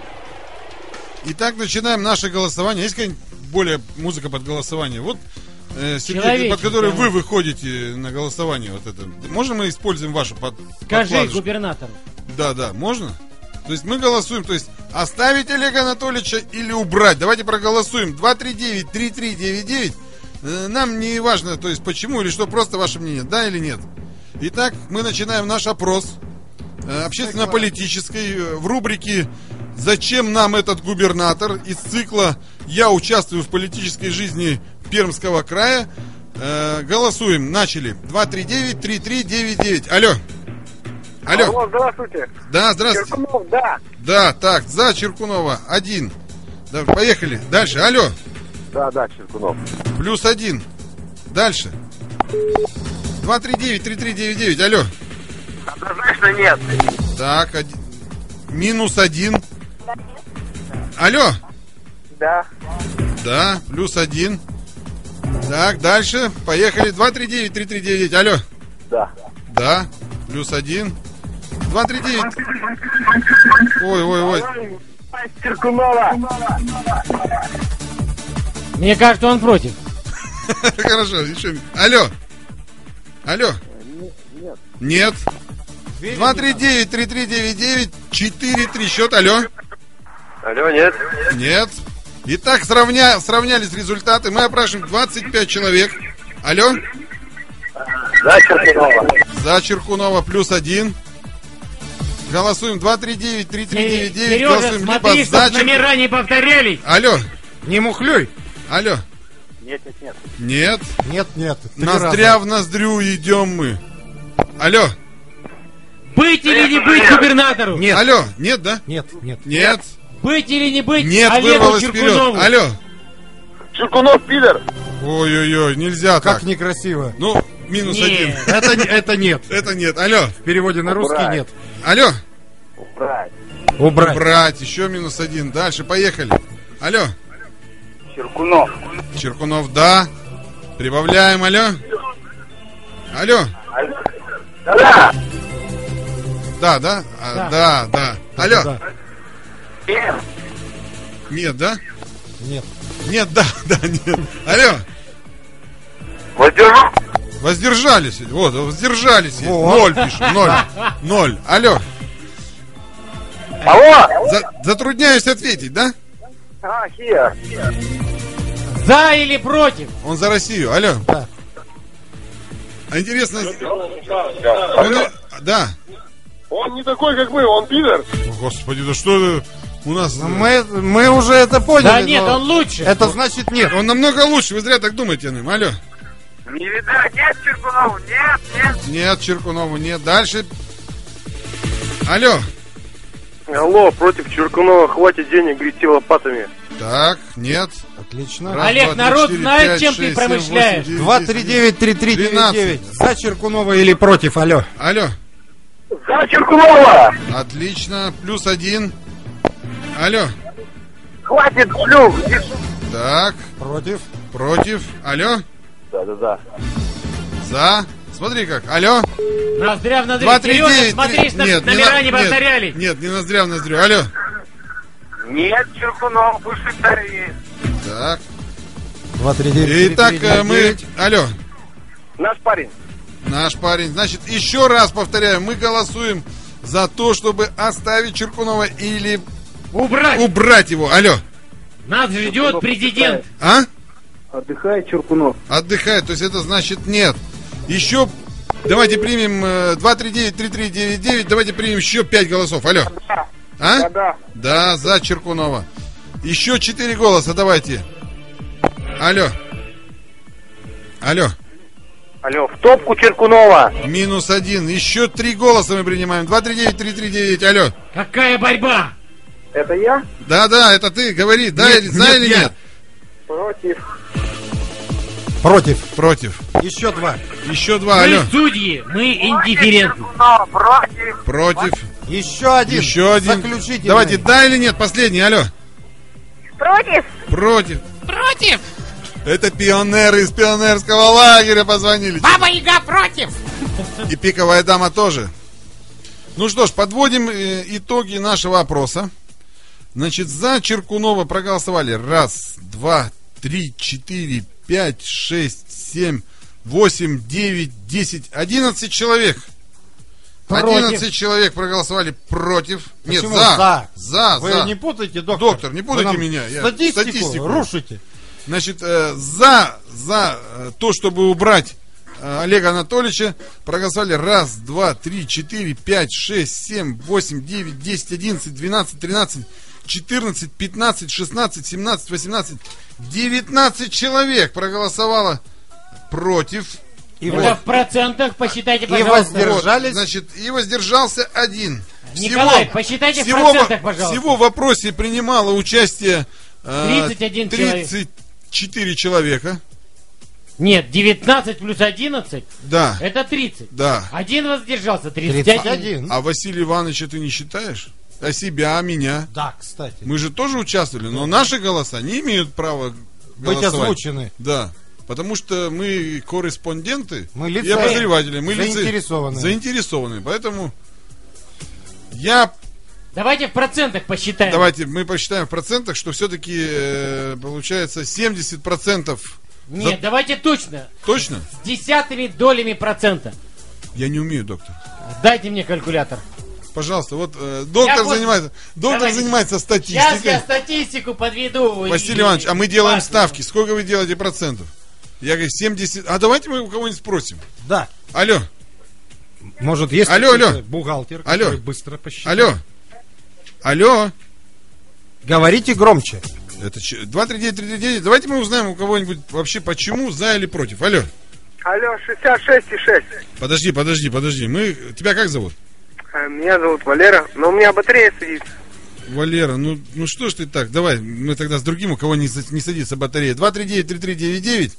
Итак, начинаем наше голосование. Есть какая-нибудь более музыка под голосование? Вот, э, Сергей, Человечек, под который да. вы выходите на голосование. Вот это. Можно мы используем вашу под, Скажи подкладочку? губернатору. Да, да, можно? То есть мы голосуем, то есть оставить Олега Анатольевича или убрать. Давайте проголосуем. два три девять три три девять девять. Э, Нам не важно, то есть почему или что, просто ваше мнение, да или нет. Итак, мы начинаем наш опрос э, общественно-политической э, в рубрике «Зачем нам этот губернатор?» из цикла «Я участвую в политической жизни Пермского края». Э, Голосуем. Начали. два три девять три три девять девять. Алло. Алло. Алло, здравствуйте. Да, здравствуйте. Чиркунов, да. Да, так, за Чиркунова один. Да, поехали. Дальше. Алло. Да, да, Чиркунов. Плюс один. Дальше. два три девять три три девять девять. Алло. Однозначно нет. Так, один. Минус один. Алло. Да. Да, плюс один. Так, дальше. Поехали. два три девять три три девять девять. Алло. Да. Да, плюс один. два три девять. Ой, ой, ой. Чиркунова. Мне кажется, он против. Хорошо, еще. Алло. Алло. Нет. Нет. два три девять три три девять девять четыре три. Счет. Алло. Алло, нет. Нет. Итак, сравня... сравнялись результаты. Мы опрашиваем двадцать пять человек. Алло. Да, Чиркунова. За Чиркунова плюс один. Голосуем два три девять три три девять девять. Сережа, Голосуем смотри, либо чтоб за Чиркунова. номера не повторялись. Алло. Не мухлюй. Алло. Нет, нет, нет. Нет. Нет, нет. три Ноздря раза. в ноздрю идем мы. Алло. Быть или не быть губернатору? Нет. Алло. Нет, да? Нет, нет. Нет. Быть или не быть Нет, Олегу вырвалось Чиркунову? вперед. Алло. Чиркунов, пидор. Ой-ой-ой, нельзя Как так. некрасиво. Ну, минус Нет. один. Это, это нет. Это нет. Алло. В переводе на русский Убрать. нет. Алло. Убрать. Убрать. Брать. Еще минус один. Дальше, поехали. Алло. Чиркунов. Чиркунов, да. Прибавляем, алло. Алло. Да. Да, да? А, Да. да, да. Алло. Да. Нет. Нет, да? Нет. Нет, да, да, нет. Алло. Воздержу. Воздержались. Вот, воздержались. Вот. Ноль пишут. Ноль. Ноль. Алло. Алло. За- затрудняюсь ответить, да? А, хер. За или против? Он за Россию. Алло. Да. А интересно... Он- Да. Он не такой, как мы, он пидор. О, Господи, да что это у нас... Но мы, мы уже это поняли. Да нет, но он лучше. Это значит нет. Он намного лучше, вы зря так думаете о нем. Алло. Не видать, нет, Чиркунов, нет, нет. Нет, Чиркунову нет. Дальше. Алло. Алло, против Чиркунова хватит денег грести лопатами. Так, нет. Отлично. Раз, Олег, два, три, народ четыре, знает, пять, чем ты шесть, семь, промышляешь. восемь, девять, два десять, три девять три три девять девять. двенадцать. За Чиркунова или против? Алло. Алло. За Чиркунова. Отлично. Плюс один. Алло. Хватит плюх. Так. Против. Против. Алло. Да, да, да. За. Смотри как. Алло. Ноздря в ноздрю. два три Сережа, девять. смотри, чтоб Нет, номера на- не нет, повторялись. Нет, не ноздря в ноздрю. Алло. Нет, Чуркунов, выше старее. Так. два три девять. Итак, э, мы... Алло. Наш парень. Наш парень. Значит, еще раз повторяю, мы голосуем за то, чтобы оставить Чуркунова или Убрать. убрать его. Алло. Нас ждет президент. А? Отдыхает Чуркунов. Отдыхает, то есть это значит нет. Еще давайте примем э, два три девять три три девять девять. Давайте примем еще пять голосов. Алло. А? Да. Да, за Чуркунова. Еще четыре голоса, давайте. Алло. Алло. Алло, в топку Чуркунова. Минус один. Еще три голоса мы принимаем. два три девять три три девять. Алло. Какая борьба? Это я? Да, да, это ты, говори, да Нет, или, за нет, или я. нет? Против. Против. Против. Еще два. Еще два, Мы алло. судьи, мы индифферентны. Против. Против. Еще один. Еще один. Заключительный. Давайте, да или нет, последний, алло. Против. Против. Против. Это пионеры из пионерского лагеря позвонили. Баба Яга против. И пиковая дама тоже. Ну что ж, подводим э, итоги нашего опроса. Значит, за Чуркунова проголосовали раз, два, три, четыре, пять, шесть, семь, восемь, девять, десять, одиннадцать человек. Против. одиннадцать человек проголосовали против. Нет, Почему за. за? За, Вы за. не путайте, доктор. Доктор, не путайте Вы нам меня, я Статистику, статистику. рушите. Значит, э, за, за э, то, чтобы убрать э, Олега Анатольевича, проголосовали раз, два, три, четыре, пять, шесть, семь, восемь, девять, десять, одиннадцать, двенадцать, тринадцать, четырнадцать, пятнадцать, шестнадцать, семнадцать, восемнадцать, девятнадцать человек проголосовало против. И, Это в процентах посчитайте, И пожалуйста. воздерж- Держались? Значит, и воздержался один. Николай, посчитайте в всего, процентах, во- пожалуйста. всего в вопросе принимало участие э, тридцать один человек. тридцать четыре человека. Нет, девятнадцать плюс одиннадцать, Да, это тридцать. да. Один воздержался, тридцать тридцать один. один. А Василия Ивановича ты не считаешь? А себя, меня? Да, кстати. Мы же тоже участвовали, но наши голоса не имеют права Быть голосовать. озвучены. Да, потому что мы корреспонденты Мы и лица обозреватели. Мы лица заинтересованные. заинтересованы. Поэтому я... Давайте в процентах посчитаем. Давайте мы посчитаем в процентах, что все-таки э, получается семьдесят процентов. Нет, За- давайте точно. Точно? С десятыми долями процента. Я не умею, доктор. Дайте мне калькулятор. Пожалуйста, вот э, доктор Я вот- занимается, доктор Давайте. занимается Сейчас статистикой. я статистику подведу. Василий И- Иванович, а мы делаем Ладно. ставки. Сколько вы делаете процентов? Я говорю, семьдесят. А давайте мы у кого-нибудь спросим. Да. Алло, Может, есть Алло, какой-то алло. бухгалтер, Алло. который быстро посчитает? алло, алло. Говорите громче. Это че- два три девять три три девять. Давайте мы узнаем у кого-нибудь вообще, почему за или против. Алло. Алло, шестьдесят шесть и шесть. Подожди, подожди, подожди. Мы... Тебя как зовут? Э, Меня зовут Валера, но у меня батарея сидит. Валера, ну, ну что ж ты так? Давай, мы тогда с другим, у кого не, за- не садится батарея. два три девять три три девять девять.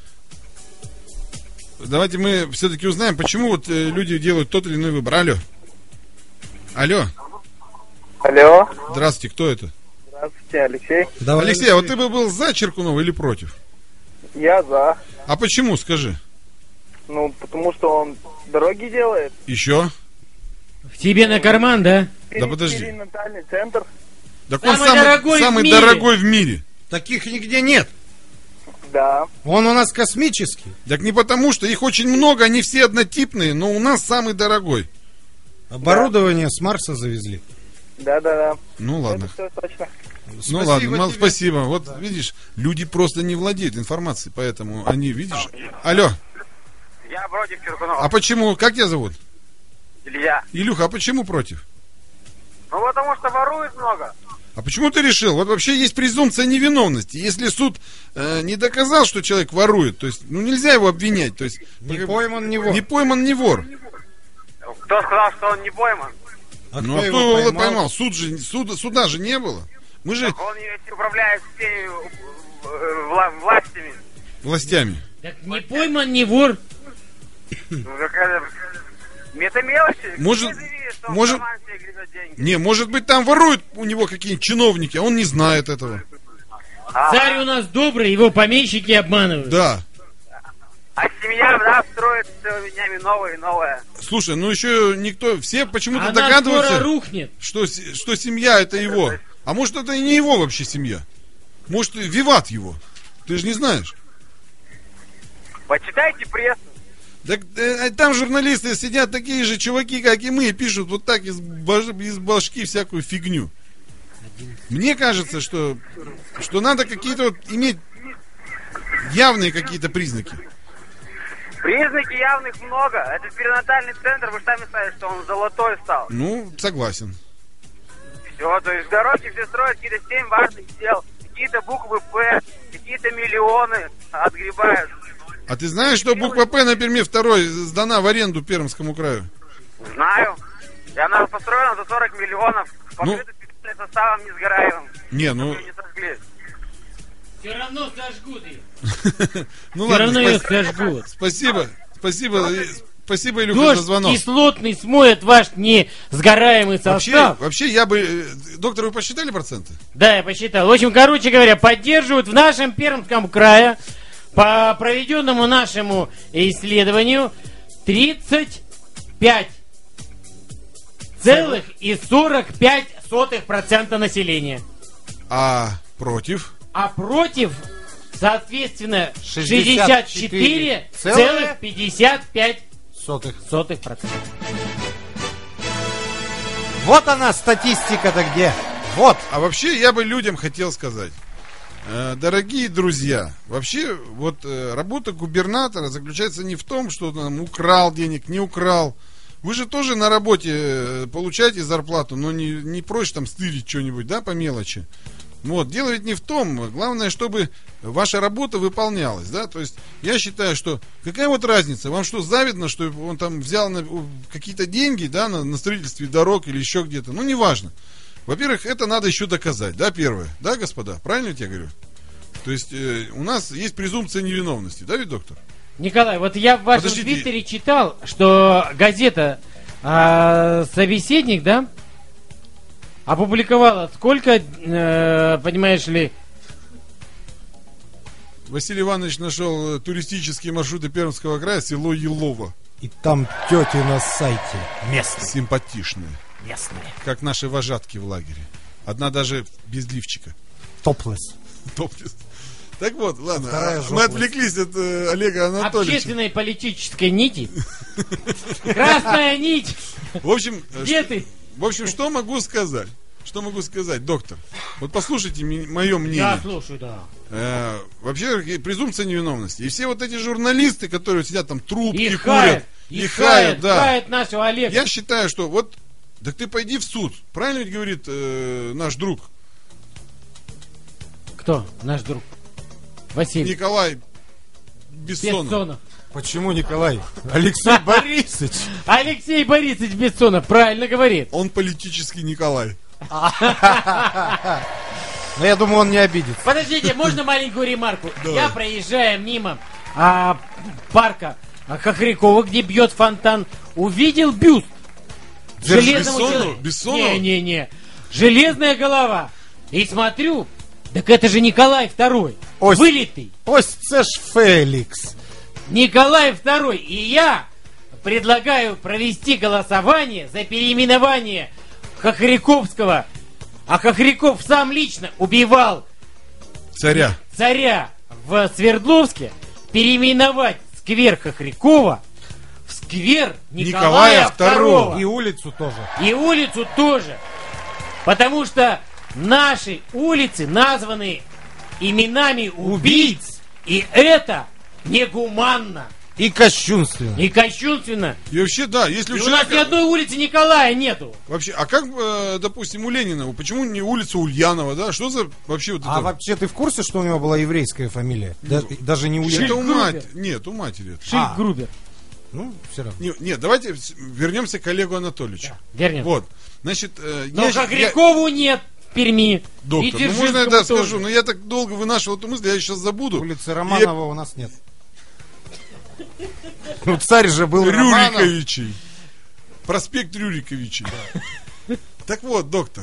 Давайте мы все-таки узнаем, почему вот э, люди делают тот или иной выбор. Алло. Алло. Алло. Здравствуйте, кто это? Здравствуйте, Алексей. Давай, Алексей, а вот ты бы был за Чуркунова или против? Я за. А почему, скажи? Ну, потому что он дороги делает. Еще? В тебе на карман, да? Да подожди. Перинатальный центр. Так он Самый самый, дорогой в самый мире. дорогой в мире. Таких нигде нет. Да. Он у нас космический. Так не потому, что их очень много, они все однотипные, но у нас самый дорогой. Оборудование с Марса завезли. Да-да-да. Ну ладно. Это все точно. Ну ладно, мал- спасибо. Вот видишь, люди просто не владеют информацией, поэтому они, видишь... Алло, Я против Чуркунова. а почему? Как тебя зовут? Илья. Илюха, а почему против? Ну, потому что ворует много. А почему ты решил? Вот вообще есть презумпция невиновности. Если суд э, не доказал, что человек ворует, то есть, ну нельзя его обвинять. То есть, Не пока- пойман, не вор. не пойман, не вор. Кто сказал, что он не пойман? А Ну а кто его поймал? Суд же, суд, суда же не было. Мы же Он ведь управляет всеми э, вла- властями. властями. Так не пойман, не вор. Ну, какая- Это мелочи. Может- Кто видит, что он может- в карман себе гребет деньги? Не, может быть, там воруют у него какие-нибудь чиновники, а он не знает этого. А, Царь у нас добрый, его помещики обманывают. Да. а семья, да, в строится целыми днями новое и новое. Слушай, ну еще никто, все почему-то Она догадываются, скоро рухнет. что, с- что семья это его. А может это и не его вообще семья? Может виват его? Ты же не знаешь. Почитайте прессу. Так э, там журналисты сидят такие же чуваки, как и мы, и пишут вот так из, баш- из башки всякую фигню. Мне кажется, что, что надо какие-то вот иметь явные какие-то признаки. Признаки явных много. Это перинатальный центр, вы же сами знаете, что он золотой стал. Ну, согласен. Все, то есть дороги все строят какие-то семь важных дел, какие-то буквы П, какие-то миллионы отгребают. А ты знаешь, что буква П на Перми второй сдана в аренду Пермскому краю? Знаю. И она построена за сорок миллионов, покрыта специальным составом несгораемым. Не, ну... Чтобы не сожгли. Все равно сожгут ее. Ну Все ладно, равно ее спа- сожгут. спасибо, спасибо, э, спасибо, Илюха, Дождь за звонок. кислотный смоет ваш несгораемый Вообще, состав. вообще, я бы... э, Доктор, вы посчитали проценты? Да, я посчитал. В общем, короче говоря, поддерживают в нашем Пермском крае по проведенному нашему исследованию тридцать пять целых и сорок пять сотых процента населения. А против? А против, соответственно, шестьдесят шестьдесят четыре четыре целых пятьдесят пять Сотых. сотых процента. Вот она, статистика-то где? Вот. А вообще, я бы людям хотел сказать. э, Дорогие друзья, вообще, вот э, работа губернатора заключается не в том, что он там украл денег, не украл. Вы же тоже на работе э, получаете зарплату, но не, не проще там стырить что-нибудь, да, по мелочи. Вот, дело ведь не в том, главное, чтобы ваша работа выполнялась, да, то есть я считаю, что какая вот разница, вам что, завидно, что он там взял на, какие-то деньги, да, на, на строительстве дорог или еще где-то, ну, неважно. Во-первых, это надо еще доказать, да, первое, да, господа, правильно я тебе говорю? То есть э, у нас есть презумпция невиновности, да, ведь, доктор? Николай, вот я в вашем Подождите. твиттере читал, что газета а, «Собеседник», да, опубликовала сколько, э, понимаешь ли, Василий Иванович нашел э, туристические маршруты Пермского края, село Елово, И там тети на сайте местные. симпатичные, Местные. как наши вожатки в лагере. Одна даже без лифчика. Топлес. Топлес. Так вот, ладно, Вторая а, жопа. мы отвлеклись от э, Олега Анатольевича. общественной политической нити. Красная нить. В общем, э, Где ш- ты? в общем, что могу сказать? Что могу сказать, доктор? Вот послушайте мое мнение. Я слушаю, да. Э, вообще, э, презумпция невиновности. И все вот эти журналисты, которые сидят там, трубки И курят, хает, и и хают, хает, да. хает нашего Олега. Я считаю, что вот, так ты пойди в суд. Правильно ведь говорит э, наш друг Кто? Наш друг. Василий. Николай Бессонов. Бессонов. Почему, Николай? Алексей Борисович. Алексей Борисович Бессонов правильно говорит. Он политический Николай. Но я думаю, он не обидится. Подождите, можно маленькую ремарку? Давай. Я, проезжая мимо а, парка а, Хохрякова, где бьет фонтан, увидел бюст железного Бессонова? человека. Бессонова? Не-не-не. Железная голова. И смотрю, так это же Николай Второй. Ось. Вылитый. Ось це ж Феликс. Николай Второй. И я предлагаю провести голосование за переименование Хохряковского. А Хохряков сам лично убивал Царя. царя в Свердловске, переименовать сквер Хохрякова в сквер Николая, Николая Второго. Второго. И улицу тоже. И улицу тоже. Потому что наши улицы названы именами убийц. И это негуманно. И кощунственно. И кощунственно. И вообще, да, если у И у нас ни человека... одной улицы Николая нету. Вообще, а как, э, допустим, у Ленина, почему не улица Ульянова, да? Что за вообще вот А это? вообще ты в курсе, что у него была еврейская фамилия? Да- даже не у Это у Шильгрубер. мать... Нет, у матери. это. Шильд А. Грубер. Ну, все равно. Не- Нет, давайте с- вернемся к Олегу Анатольевичу. Вернем. Вот, значит, э, Но я- Хохрякову нет в Перми. И Доктор, ну можно я Дзержинскому да, тоже. скажу, но я так долго вынашивал эту мысль, я сейчас забуду. Улицы Романова у нас нет. Ну, царь же был И Романов. Рюриковичей. Проспект Рюриковичей. Так вот, доктор.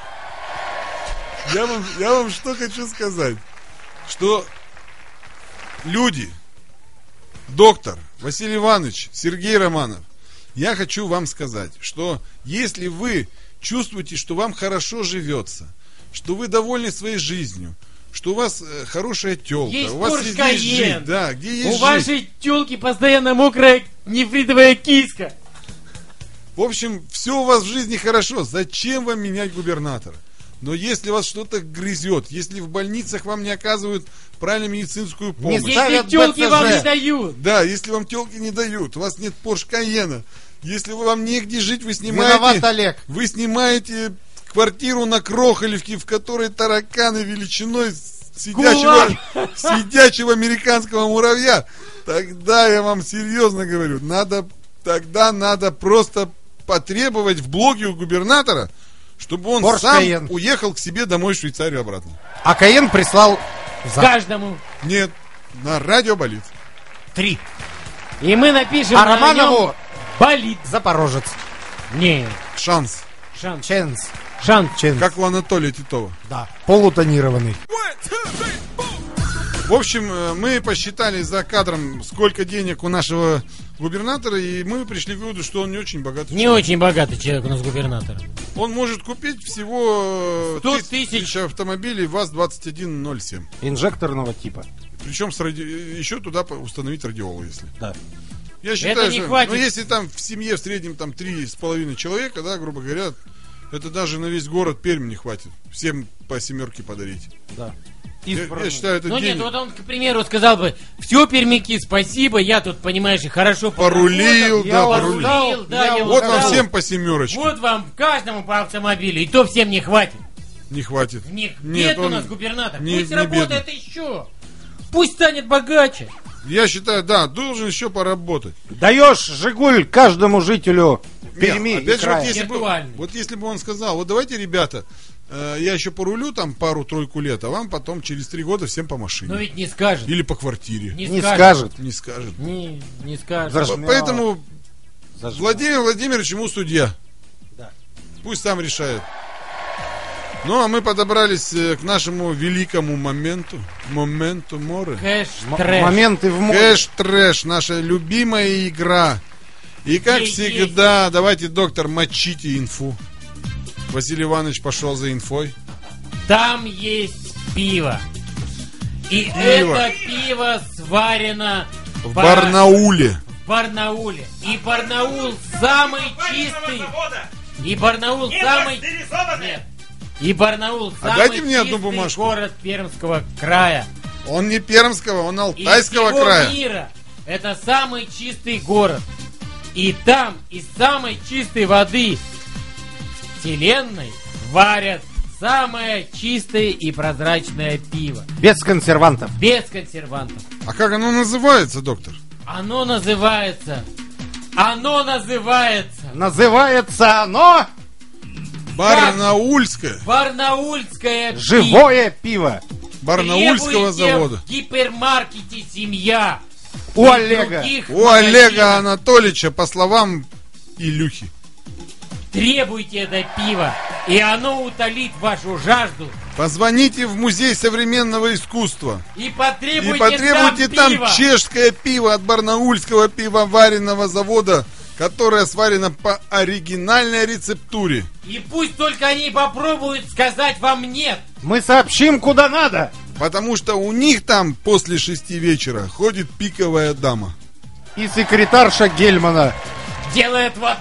Я вам, я вам что хочу сказать. Что люди, доктор Василий Иванович, Сергей Романов, я хочу вам сказать, что если вы чувствуете, что вам хорошо живется, что вы довольны своей жизнью, что у вас э, хорошая тёлка, Есть у вас Порш есть Кайен. жить, да, где есть У жить. вашей тёлки постоянно мокрая нефритовая киска. В общем, все у вас в жизни хорошо. Зачем вам менять губернатора? Но если вас что-то грызет, если в больницах вам не оказывают правильную медицинскую помощь, Не ставят Если тёлки БЦЖ. вам не дают. да, если вам телки не дают, у вас нет Порш Кайена, если вы- вам негде жить, вы Виноват снимаете, Олег. вы снимаете квартиру на Крохолевке, в которой тараканы величиной сидячего, сидячего американского муравья, тогда я вам серьезно говорю, надо, тогда надо просто потребовать в блоге у губернатора, чтобы он Порш сам Кайен. уехал к себе домой в Швейцарию обратно. А Каен прислал за Каждому. Нет, на радио болит. три. И мы напишем А на Романову нем болит. Запорожец. Не, Шанс. шанс. Ченс. Шанс. Ченс. Как у Анатолия Титова. Да. Полутонированный. В общем, э, мы посчитали за кадром, сколько денег у нашего губернатора, и мы пришли к выводу, что он не очень богатый Не человек. очень богатый человек у нас губернатор. Он может купить всего э, сто тысяч тысяч автомобилей ВАЗ двадцать один ноль семь. Инжекторного типа. Причем с ради... еще туда по- установить радиолу, если. Да. Я считаю, не что... хватит. Ну, если там в семье в среднем там три с половиной человека, да, грубо говоря, это даже на весь город Пермь не хватит. Всем по семерке подарить. Да. Я, я считаю, это Ну денег. нет, вот он, к примеру, сказал бы: все, пермяки, спасибо, я тут, понимаешь, и хорошо Порулил, поработал, да, я порулил. порулил, да, Я я Вот устал. вам всем по семерочке. Вот вам каждому по автомобилю, и то всем не хватит. Не хватит. Не, Нет, нет у он нас губернатор. не- Пусть не работает еще. Пусть станет богаче. Я считаю, да, должен еще поработать. Даешь Жигуль каждому жителю Перми Нет, и опять же, вот края. если, бы, Виртуальный. вот если бы он сказал, вот давайте, ребята, э, я еще порулю там пару-тройку лет, а вам потом через три года всем по машине. Но ведь не скажет. Или по квартире. Не, Не скажет. скажет. Не скажет. Не, не скажет. Заж- По- Зажмёт. Поэтому Зажмёт. Владимир Владимирович ему судья. Да. Пусть сам решает. Ну, а мы подобрались э, к нашему великому моменту. Моменту море. Кэш, М- трэш. Моменты в море. Кэш-трэш, наша любимая игра. И как Есть, всегда, давайте, доктор, мочите инфу. Василий Иванович пошел за инфой. Там есть пиво. И Пиво. это пиво сварено В по- Барнауле. в Барнауле. И Барнаул самый чистый. И Барнаул самый... Нет. И Барнаул А самый дайте мне одну чистый бумажку. город Пермского края. Он не Пермского, он И Алтайского всего края. мира. Это самый чистый город. И там из самой чистой воды вселенной варят самое чистое и прозрачное пиво. Без консервантов. Без консервантов. А как оно называется, доктор? Оно называется... Оно называется... Называется оно Барнаульское. Барнаульское пиво. живое пиво. Барнаульского Требуйте завода. в гипермаркете «Семья». У и Олега. других У магазинах. Олега Анатольевича, по словам Илюхи. Требуйте это пиво, и оно утолит вашу жажду. Позвоните в Музей современного искусства. И И потребуйте, потребуйте там, там пиво. чешское пиво от Барнаульского пивоваренного завода, которое сварено по оригинальной рецептуре. И пусть только они попробуют сказать вам нет. Мы сообщим, куда надо. Потому что у них там после шести вечера ходит пиковая дама. И секретарша Гельмана. Делает вот...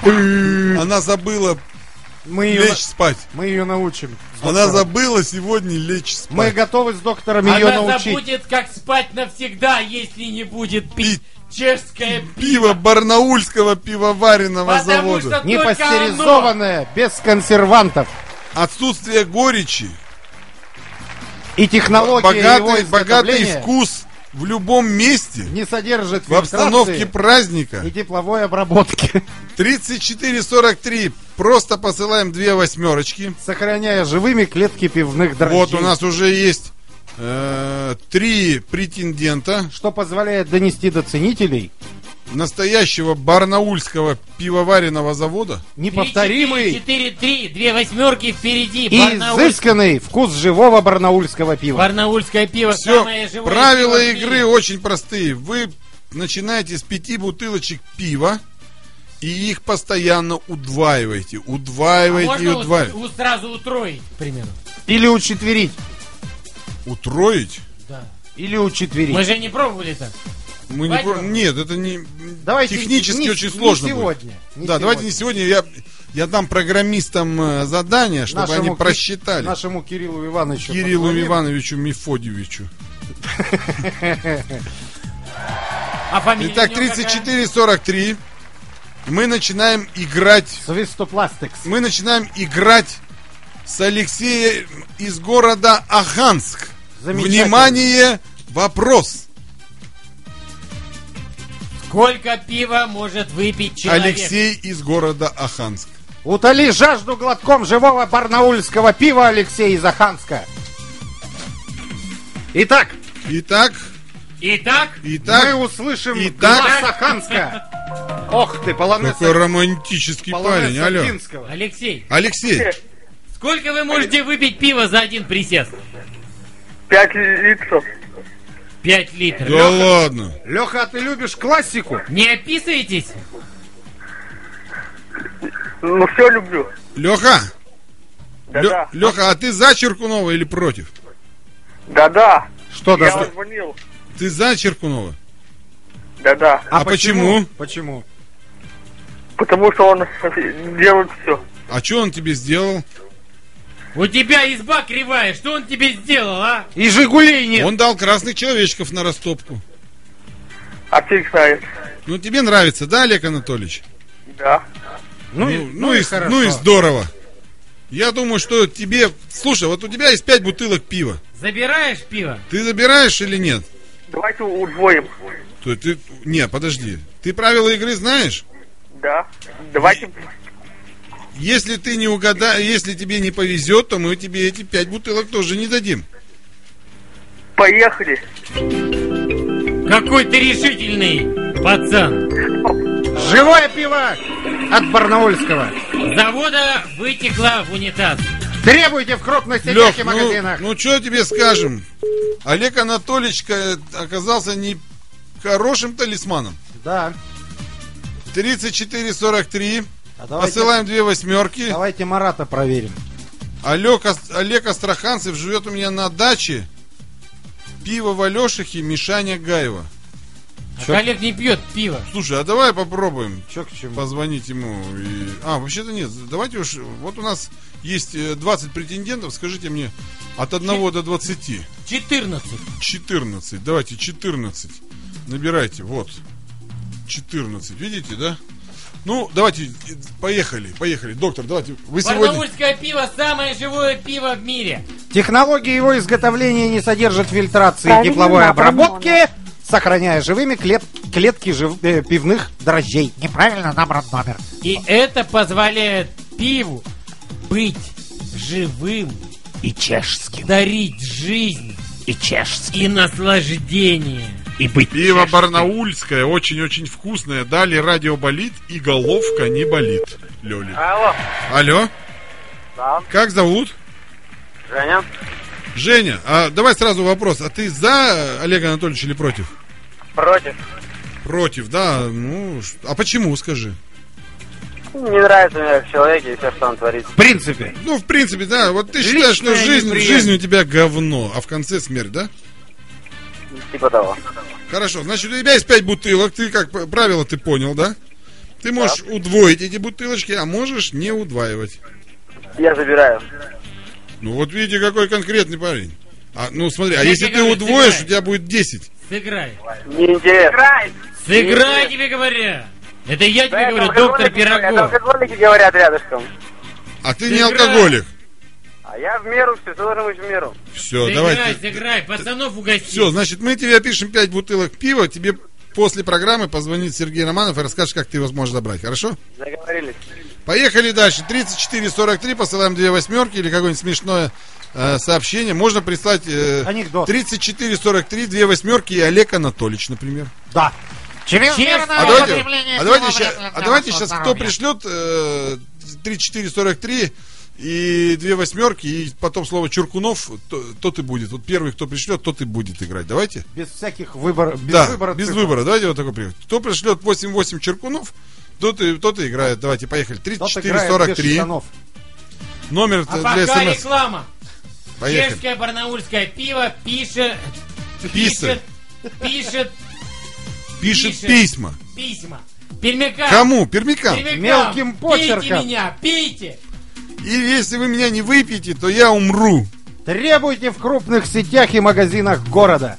Она забыла Мы ее, лечь спать. мы ее научим. с Она доктором. забыла сегодня лечь спать. Мы готовы с доктором ее Она научить. забудет, как спать навсегда, если не будет пить Пить чешское пиво. Пиво Барнаульского пивоваренного Потому завода. что Не только пастеризованное, без консервантов. Отсутствие горечи. И технология его Богатый, богатый изготовления вкус в любом месте. не содержит В обстановке фильтрации праздника. и тепловой обработки, тридцать четыре сорок три. Просто посылаем две восьмерочки. сохраняя живыми клетки пивных дрожжей. Вот у нас уже есть э, три претендента. Что позволяет донести до ценителей настоящего барнаульского пивоваренного завода. Неповторимый четыре три, две восьмерки впереди. и Барнауль... изысканный вкус живого барнаульского пива. Барнаульское пиво Все, самое живое. правила пиво в игры мире. очень простые. Вы начинаете с пяти бутылочек пива и их постоянно удваиваете. А Удваиваете и можно удваиваете. у- у- сразу утроить, к примеру? Или учетверить. Утроить? Да. Или учетверить. Мы же не пробовали так. Мы не Возьмем. про- Нет, это не Давайте технически не- очень не сложно будет. сегодня. Не Да, давайте не сегодня. Я, я дам программистам э, задание, чтобы Нашему они Ки- просчитали. Нашему Кириллу Ивановичу. Кириллу позвоним. Ивановичу Мефодьевичу. А фамилия Итак, у него тридцать какая? четыре сорок три. Мы начинаем играть. Свистопластикс. Мы начинаем играть с Алексеем из города Аханск. Замечательно. Внимание, вопрос. Сколько пива может выпить человек? Алексей из города Аханск. Утоли жажду глотком живого барнаульского пива, Алексей из Аханска. Итак, Итак, Итак, итак, мы услышим Итак. глаз Аханска. Ох ты, полонез. какой романтический парень. Алло. Алексей, Алексей, сколько вы можете выпить пива за один присест? Пять литров. Пять литров. да ладно. Леха, а ты любишь классику? Не описывайтесь? Ну, все люблю. Леха, Да-да. Леха, а ты за Черкунова или против? Да-да. Что Я да? вам звонил. Ты за Черкунова? Да-да. А почему? Почему? Потому что он делает все. А что он тебе сделал? У тебя изба кривая, что он тебе сделал, а? И Жигулей нет. Он дал красных человечков на растопку. А ты знаешь. Ну, тебе нравится, да, Олег Анатольевич? Да. Ну, Ну, и, ну, ну и, и хорошо. ну и здорово. Я думаю, что тебе... Слушай, вот у тебя есть пять бутылок пива. Забираешь пиво? Ты забираешь или нет? Давайте удвоим. То ты... Не, подожди. Ты правила игры знаешь? Да. Давайте. Если ты не угадаешь, если тебе не повезет, то мы тебе эти пять бутылок тоже не дадим. Поехали. Какой ты решительный, пацан. Живое пиво от барнаульского. С завода вытекло в унитаз. Требуйте в крупных Лех, сетях и ну, магазинах. ну что тебе скажем? Олег Анатольевич ка- оказался не хорошим талисманом. Да. тридцать четыре сорок три. А давайте, Посылаем две восьмерки. давайте Марата проверим. Олег, Ас- Олег Астраханцев живет у меня на даче. Пиво в Алешихе, Мишаня Гаева. А Олег не пьет пиво. Слушай, а давай попробуем Че к чему? позвонить ему. И... А, вообще-то нет. Давайте уж. Вот у нас есть э, двадцать претендентов. Скажите мне от одного до двадцати. четырнадцать. четырнадцать. Давайте четырнадцать. Набирайте. Вот. четырнадцать. Видите, да? Ну, давайте, э, поехали, поехали. Доктор, давайте. Вы сегодня... Барнаульское пиво самое живое пиво в мире. Технология его изготовления не содержит фильтрации и Правильно тепловой набран обработки, сохраняя живыми клет- клетки жив- э, пивных дрожжей. Неправильно набран номер. И это позволяет пиву быть живым, И чешским. дарить жизнь И чешским. и наслаждение. И быть Пиво барнаульское, очень-очень вкусное. Дали радио болит и головка не болит. Лёли. Алло. Алло, Да. как зовут? Женя. Женя, а давай сразу вопрос. А ты за Олега Анатольевича или против? Против. Против, да. Ну, ш- а почему, скажи? Не нравится мне как человек и все, что он творит. В принципе. Ну, в принципе, да. Вот ты считаешь, что Личная жизнь, неприязнь. жизнь у тебя говно, а в конце смерть, да? Типа того. Хорошо, значит, у тебя есть пять бутылок. Ты как п- правило ты понял, да? Ты можешь удвоить эти бутылочки, а можешь не удваивать. Я забираю. Ну вот видите, какой конкретный парень. А, ну смотри, а Я если тебе ты говорю, удвоишь, сыграй. у тебя будет десять. Сыграй. Неинтересно. Сыграй, тебе говоря. Это я тебе Да, говорю, это доктор алкоголики говорят, это Пирогов. алкоголики говорят рядышком. А ты не Сыграй. алкоголик. А я в меру, все должен быть в меру. Все, Сыграй, давайте. сыграй, пацанов угости. Все, значит, мы тебе опишем пять бутылок пива. Тебе после программы позвонит Сергей Романов и расскажет, как ты его сможешь забрать. Хорошо? Договорились. Поехали дальше. тридцать четыре сорок три. Посылаем две восьмерки или какое-нибудь смешное э, сообщение. Можно прислать э, Анекдот. тридцать четыре сорок три, две восьмерки и Олег Анатольевич, например. Да. Честное А давайте, употребление а давайте, пива ща- вредно а для давайте вашего сейчас кто здоровья. пришлет э, тридцать четыре сорок три и две восьмерки, и потом слово Чуркунов, то- тот и будет. Вот первый, кто пришлет, тот и будет играть. Давайте? Без всяких выборов. Без да, выбора без цифр. выбора. Давайте вот такой пример. Кто пришлет восемь восемь Чуркунов, тот и, тот и играет. Давайте, поехали. Тот тридцать четыре играет сорок без три. штанов. Номер А для пока смс. реклама. Поехали. Чешское барнаульское пиво пишет... Писает. Пишет... Пишет... Пишет пишет. письма. Письма. Пермякам. Кому? Пермякам. Пермякам. Мелким Пейте почерком. меня, пейте. И если вы меня не выпьете, то я умру. Требуйте в крупных сетях и магазинах города.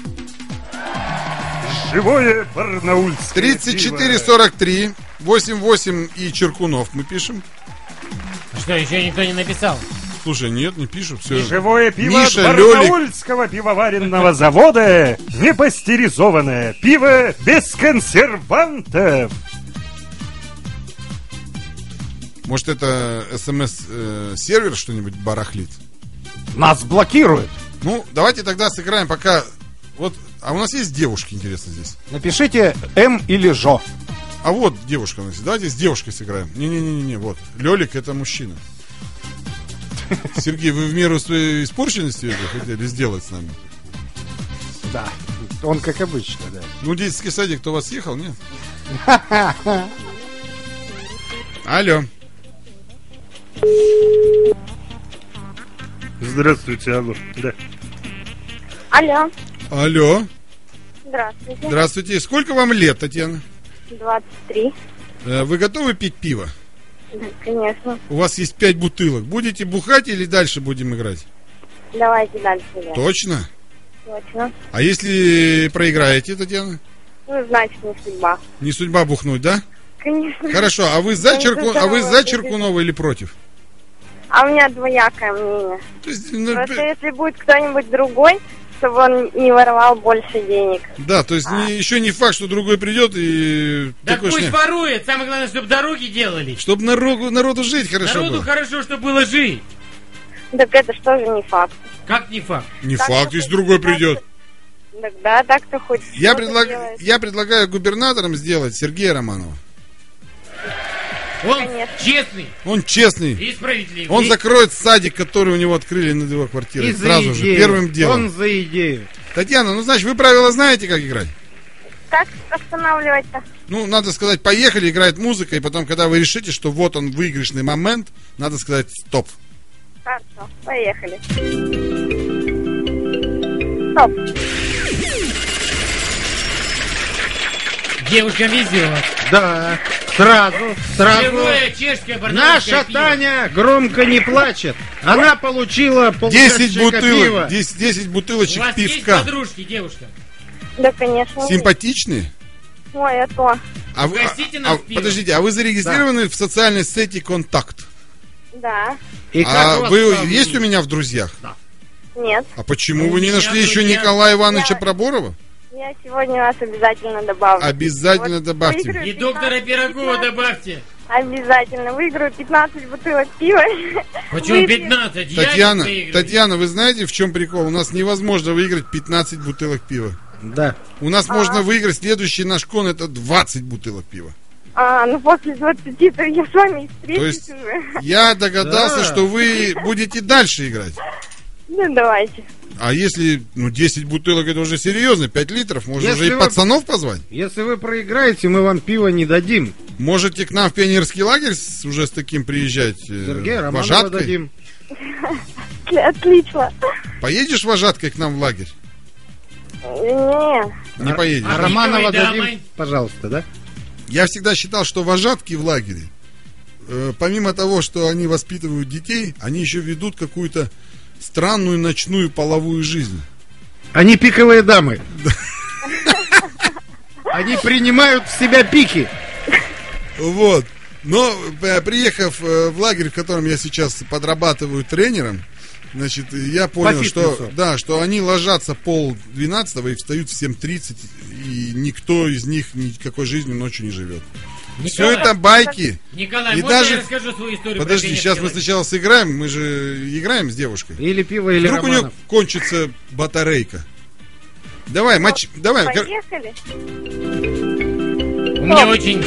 Живое барнаульское тридцать четыре пиво. сорок три, восемь восемь и Черкунов мы пишем. Что, еще никто не написал? Слушай, нет, не пишут. Все. Живое пиво Миша, от Лёлик. барнаульского пивоваренного завода. Непастеризованное пиво без консервантов. Может, это смс-сервер что-нибудь барахлит? Нас блокируют. Ну, давайте тогда сыграем пока... Вот, а у нас есть девушки, интересно, здесь? Напишите М или Жо. А вот девушка у нас есть. Давайте с девушкой сыграем. Не-не-не, вот. Лёлик — это мужчина. Сергей, вы в меру своей испорченности это хотели сделать с нами? Да. Он как обычно, да. Ну, детский садик, кто у вас ехал, нет? Алло. Здравствуйте, алло. Да. Алло. Алло. Здравствуйте. Здравствуйте. Сколько вам лет, Татьяна? двадцать три. Э, Вы готовы пить пиво? Да, конечно. У вас есть пять бутылок. Будете бухать или дальше будем играть? Давайте дальше. Да. Точно? Точно. А если проиграете, Татьяна? Ну, значит, не судьба. Не судьба бухнуть, да? Конечно. Хорошо. А вы за, Ну, Черку... а вы за здорово. Черкунова или против? А у меня двоякое мнение. То есть, ну, Просто п- если будет кто-нибудь другой, чтобы он не воровал больше денег. да, то есть не- еще не факт, что другой придет и Да такой пусть шня- ворует. Самое главное, чтобы дороги делали. Чтобы народу, народу жить хорошо Народу было. хорошо, чтобы было жить. Так это что же не факт. Как не факт? Не Так, факт, что если хоть другой так-то- придет. Так да, так-то хоть Я, что-то предлаг... делает. я предлагаю губернатором сделать Сергея Романова. Он Конечно. честный Он честный. и справедливый. Он И- закроет садик, который у него открыли над его квартирой. И за Сразу же, идею. первым делом. Он за идею. Татьяна, ну значит, вы правила знаете, как играть? Как останавливать-то? Ну, надо сказать, поехали, играет музыка, и потом, когда вы решите, что вот он выигрышный момент, надо сказать стоп. Хорошо, поехали. Стоп. Девушкам везет. Да. Сразу, сразу. Живое чешское барнаульское Наша пиво. Таня громко не плачет. Она получила десять полчашечка пива. бутылок, десять, десять У бутылочек вас есть пивка. подружки, девушка? Да, конечно. Симпатичные? Ой, а то. А вы, Угостите а- нас а- пивом. подождите, а вы зарегистрированы в социальной сети «Контакт»? Да. И как А вас вы там- есть у меня в друзьях? Нет. А почему У вы не меня нашли еще друзья. Николая Ивановича Я- Проборова? Я сегодня вас обязательно добавлю. Обязательно Вот добавьте. выиграю И доктора пятнадцать, Пирогова пятнадцать. добавьте. Обязательно. Выиграю пятнадцать бутылок пива. Почему Выпью. пятнадцать? Я Татьяна, не выиграю. Татьяна, вы знаете, в чем прикол? У нас невозможно выиграть пятнадцать бутылок пива. Да. У нас можно выиграть следующий наш кон, это двадцать бутылок пива. А, ну после двадцати то я с вами и То встречусь есть уже. я догадался, Да. что вы будете дальше играть. Ну, давайте. А если, ну, десять бутылок, это уже серьезно, пять литров, можно Если уже и вы- пацанов позвать. Если вы проиграете, мы вам пива не дадим. Можете к нам в пионерский лагерь с- уже с таким приезжать. э, Сергея Романова вожаткой. дадим. Отлично. Поедешь вожаткой к нам в лагерь? Не. Не поедешь. А А Романова пиво и дадим, дамы? пожалуйста, да? Я всегда считал, что вожатки в лагере, э, помимо того, что они воспитывают детей, они еще ведут какую-то странную ночную половую жизнь. Они пиковые дамы. Они принимают в себя пики. Вот. Но э, приехав э, в лагерь, в котором я сейчас подрабатываю тренером, значит, я понял, что, фитнесу. да, что они ложатся пол двенадцатого и встают в семь тридцать, и никто из них никакой жизнью ночью не живет. Все Николай, это байки. Николай, И можно даже- я расскажу свою историю? Подожди, про сейчас мы пионерский сначала сыграем, мы же играем с девушкой. Или пиво, или Вдруг у нее Романов. кончится батарейка. Давай, матч, давай. кор- Поехали. мне очень...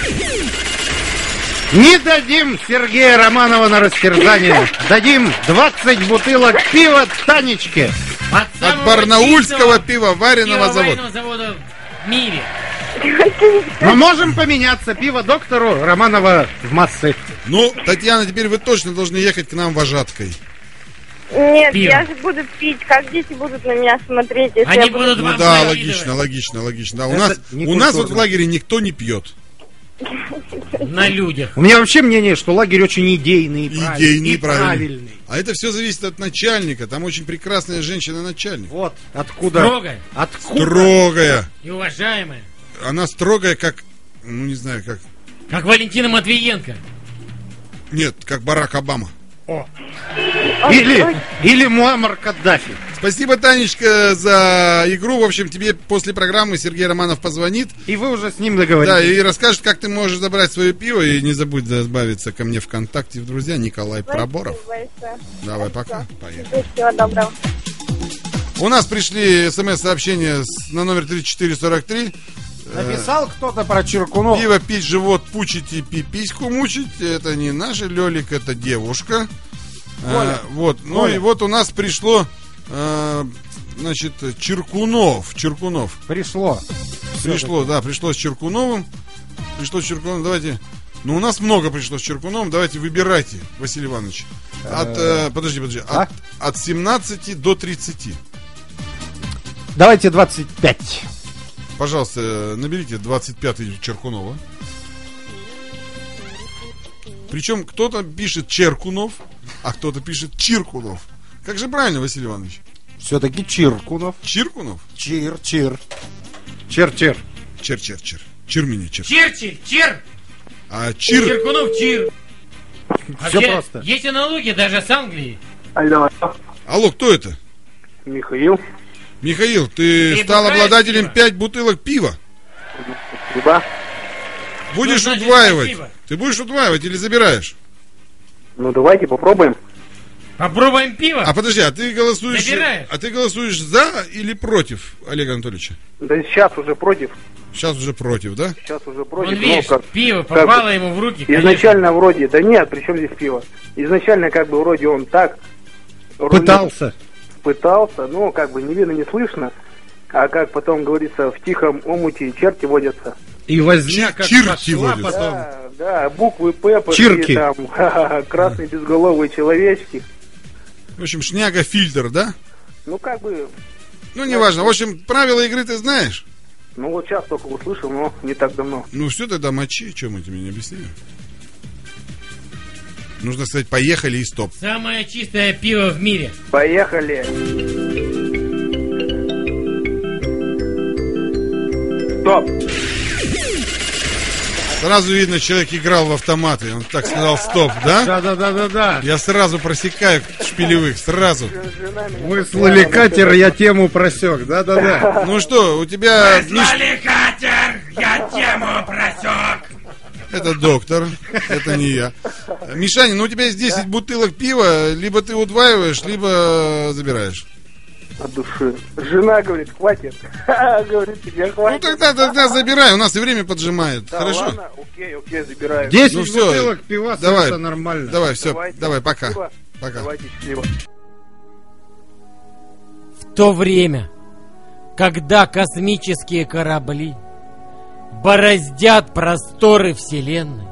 Не дадим Сергея Романова на растерзание. Дадим двадцать бутылок пива Танечке. От, От самого барнаульского чистого пивоваренного завода. пивоваренного завода в мире. Мы можем поменяться. Пиво доктору, Романова в массы. Ну, Татьяна, теперь вы точно должны ехать к нам вожаткой. Нет, Пиво. я же буду пить. Как дети будут на меня смотреть, если Они я буду... будут Ну вам да, завидовать. логично, логично, логично. Да, у Это нас, не у нас вот в культурно. лагере никто не пьет. На людях. У меня вообще мнение, что лагерь очень идейный, и правильный, Идейный, и правильный. правильный. А это все зависит от начальника. Там очень прекрасная женщина-начальник. Вот откуда. Строгая Откуда? Строгая. и уважаемая. Она строгая, как, ну не знаю, как... Как Валентина Матвиенко. Нет, как Барак Обама. Или, или Муаммар Каддафи. Спасибо, Танечка, за игру. В общем, тебе после программы Сергей Романов позвонит. И вы уже с ним Да, договорились. и расскажет, как ты можешь забрать свое пиво. И не забудь добавиться ко мне ВКонтакте в друзья. Николай Проборов. Спасибо большое. Давай, пока. Поехали. Всего доброго. У нас пришли смс-сообщения с- на номер тридцать четыре сорок три. Написал кто-то про Чиркунов. Пиво пить, живот пучить и пипиську мучить. Это не наша Лёлик, это девушка. Коля. А, вот. Ну Коля. и вот у нас пришло, а, значит, Чиркунов. Чиркунов. Пришло. Пришло, да, пришло с Чиркуновым. Пришло с Чиркуновым. Давайте. Ну, у нас много пришло с Чиркуновым. Давайте выбирайте, Василий Иванович. От, э, подожди, подожди. А? От, от семнадцати до тридцати. Давайте двадцать пять. Пожалуйста, наберите двадцать пятый Черкунова. Причем кто-то пишет Черкунов, а кто-то пишет Чиркунов. Как же правильно, Василий Иванович? Все-таки Чиркунов. Чиркунов? Чир, чир. Чир-чир. Чер-чер-чер. Чир меня, чер. Черчилль, чер. А чир... Чиркунов, чир. Всё Вообще, просто. есть аналогии даже с Англией. Алло, Алло, кто это? Михаил. Михаил, ты Ты стал бухаешь обладателем пиво? пять бутылок пива. Спасибо. Будешь Что значит удваивать? спасибо? Ты будешь удваивать или забираешь? Ну, давайте попробуем. Попробуем пиво. А подожди, а ты голосуешь... Забираешь. А ты голосуешь за или против Олега Анатольевича? Да сейчас уже против. Сейчас уже против, да? Сейчас уже Он, против. видишь, Ну, как- пиво как попало бы ему в руки. конечно. Изначально вроде, да нет, при чем здесь пиво? Изначально как бы вроде он так рулит, Пытался. пытался, но как бы не видно, не слышно. А как потом говорится, в тихом омуте черти водятся. И возня как Чирки пошла водятся. потом. Да, да, буквы П, пошли Чирки. там, красные безголовые человечки. В общем, шняга фильтр, да? Ну как бы, Ну, неважно. В общем, правила игры ты знаешь. ну вот сейчас только услышал, но не так давно. Ну, все тогда мочи. Что мы тебе не объяснили? Нужно сказать, поехали и стоп. Самое чистое пиво в мире. Поехали. Стоп. Сразу видно, человек играл в автоматы. Он так сказал стоп, да? Да-да-да-да-да. Я сразу просекаю шпилевых, сразу. Выслали катер, я тему просек. Да-да-да. Ну что, у тебя... Миш- Слали катер, я тему просек. Это доктор, это не я. Мишаня, ну у тебя есть десять бутылок пива. Либо ты удваиваешь, либо забираешь. От души. Жена говорит, хватит. Говорит, тебе Ну хватит. тогда, тогда забирай, у нас и время поджимает. Да, Хорошо? ладно, окей, окей, забираю. Десять Ну всё, бутылок пива, давай. это нормально. Давай, все, Давайте. давай, пока. Спасибо. Пока. Давайте, счастливо. В то время, когда космические корабли бороздят просторы Вселенной,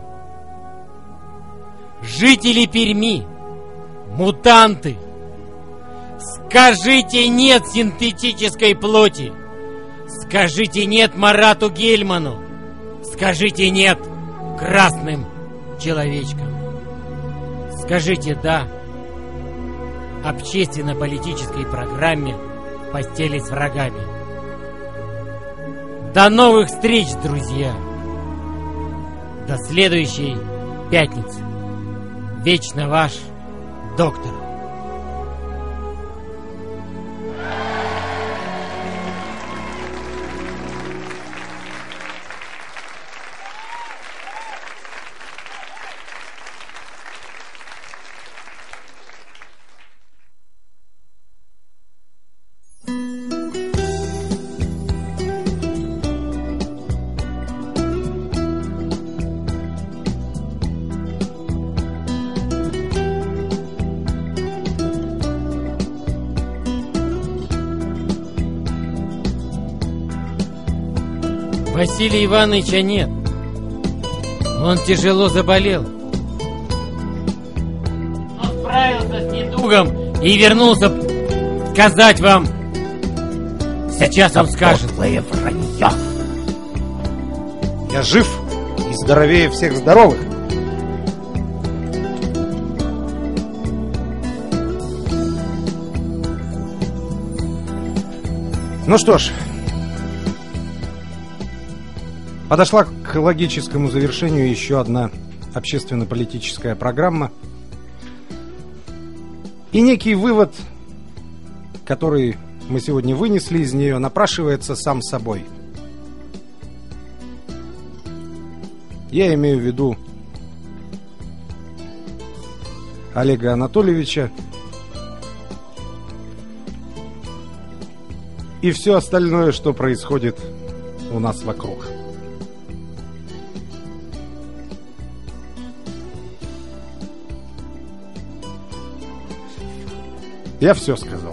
жители Перми, мутанты, скажите нет синтетической плоти, скажите нет Марату Гельману, скажите нет красным человечкам, скажите да общественно-политической программе «В постели с врагами». До новых встреч, друзья! До следующей пятницы. Вечно ваш доктор. Василия Ивановича нет. Он тяжело заболел. Он справился с недугом и вернулся сказать вам. Сейчас он скажет. вранье. Я жив и здоровее всех здоровых. Ну что ж, подошла к логическому завершению еще одна общественно-политическая программа. И некий вывод, который мы сегодня вынесли из нее, напрашивается сам собой. Я имею в виду Олега Анатольевича и все остальное, что происходит у нас вокруг. Я все сказал.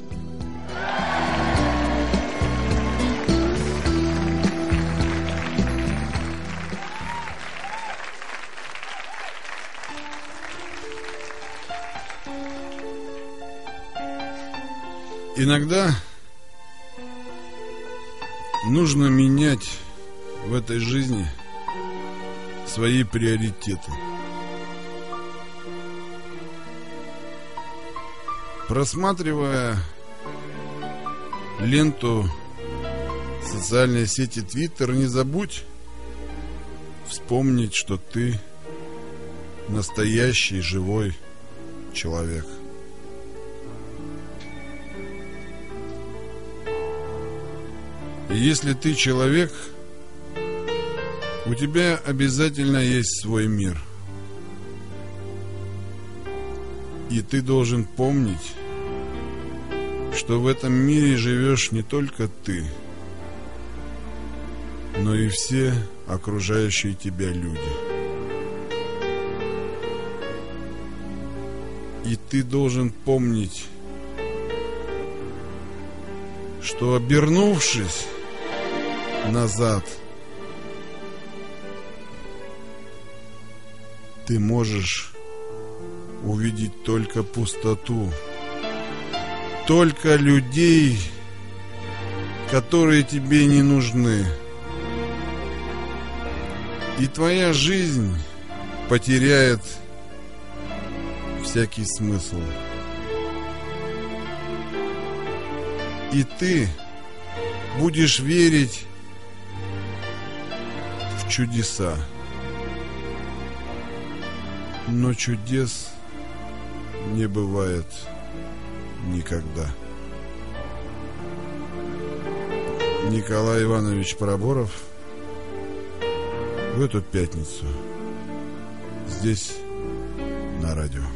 Иногда нужно менять в этой жизни свои приоритеты. Просматривая ленту социальной сети Twitter, не забудь вспомнить, что ты настоящий живой человек. И если ты человек, у тебя обязательно есть свой мир. И ты должен помнить, что в этом мире живешь не только ты, но и все окружающие тебя люди. И ты должен помнить, что, обернувшись назад, ты можешь увидеть только пустоту, только людей, которые тебе не нужны. И твоя жизнь потеряет всякий смысл. И ты будешь верить в чудеса. Но чудес не бывает никогда. Николай Иванович Проборов в эту пятницу здесь на радио.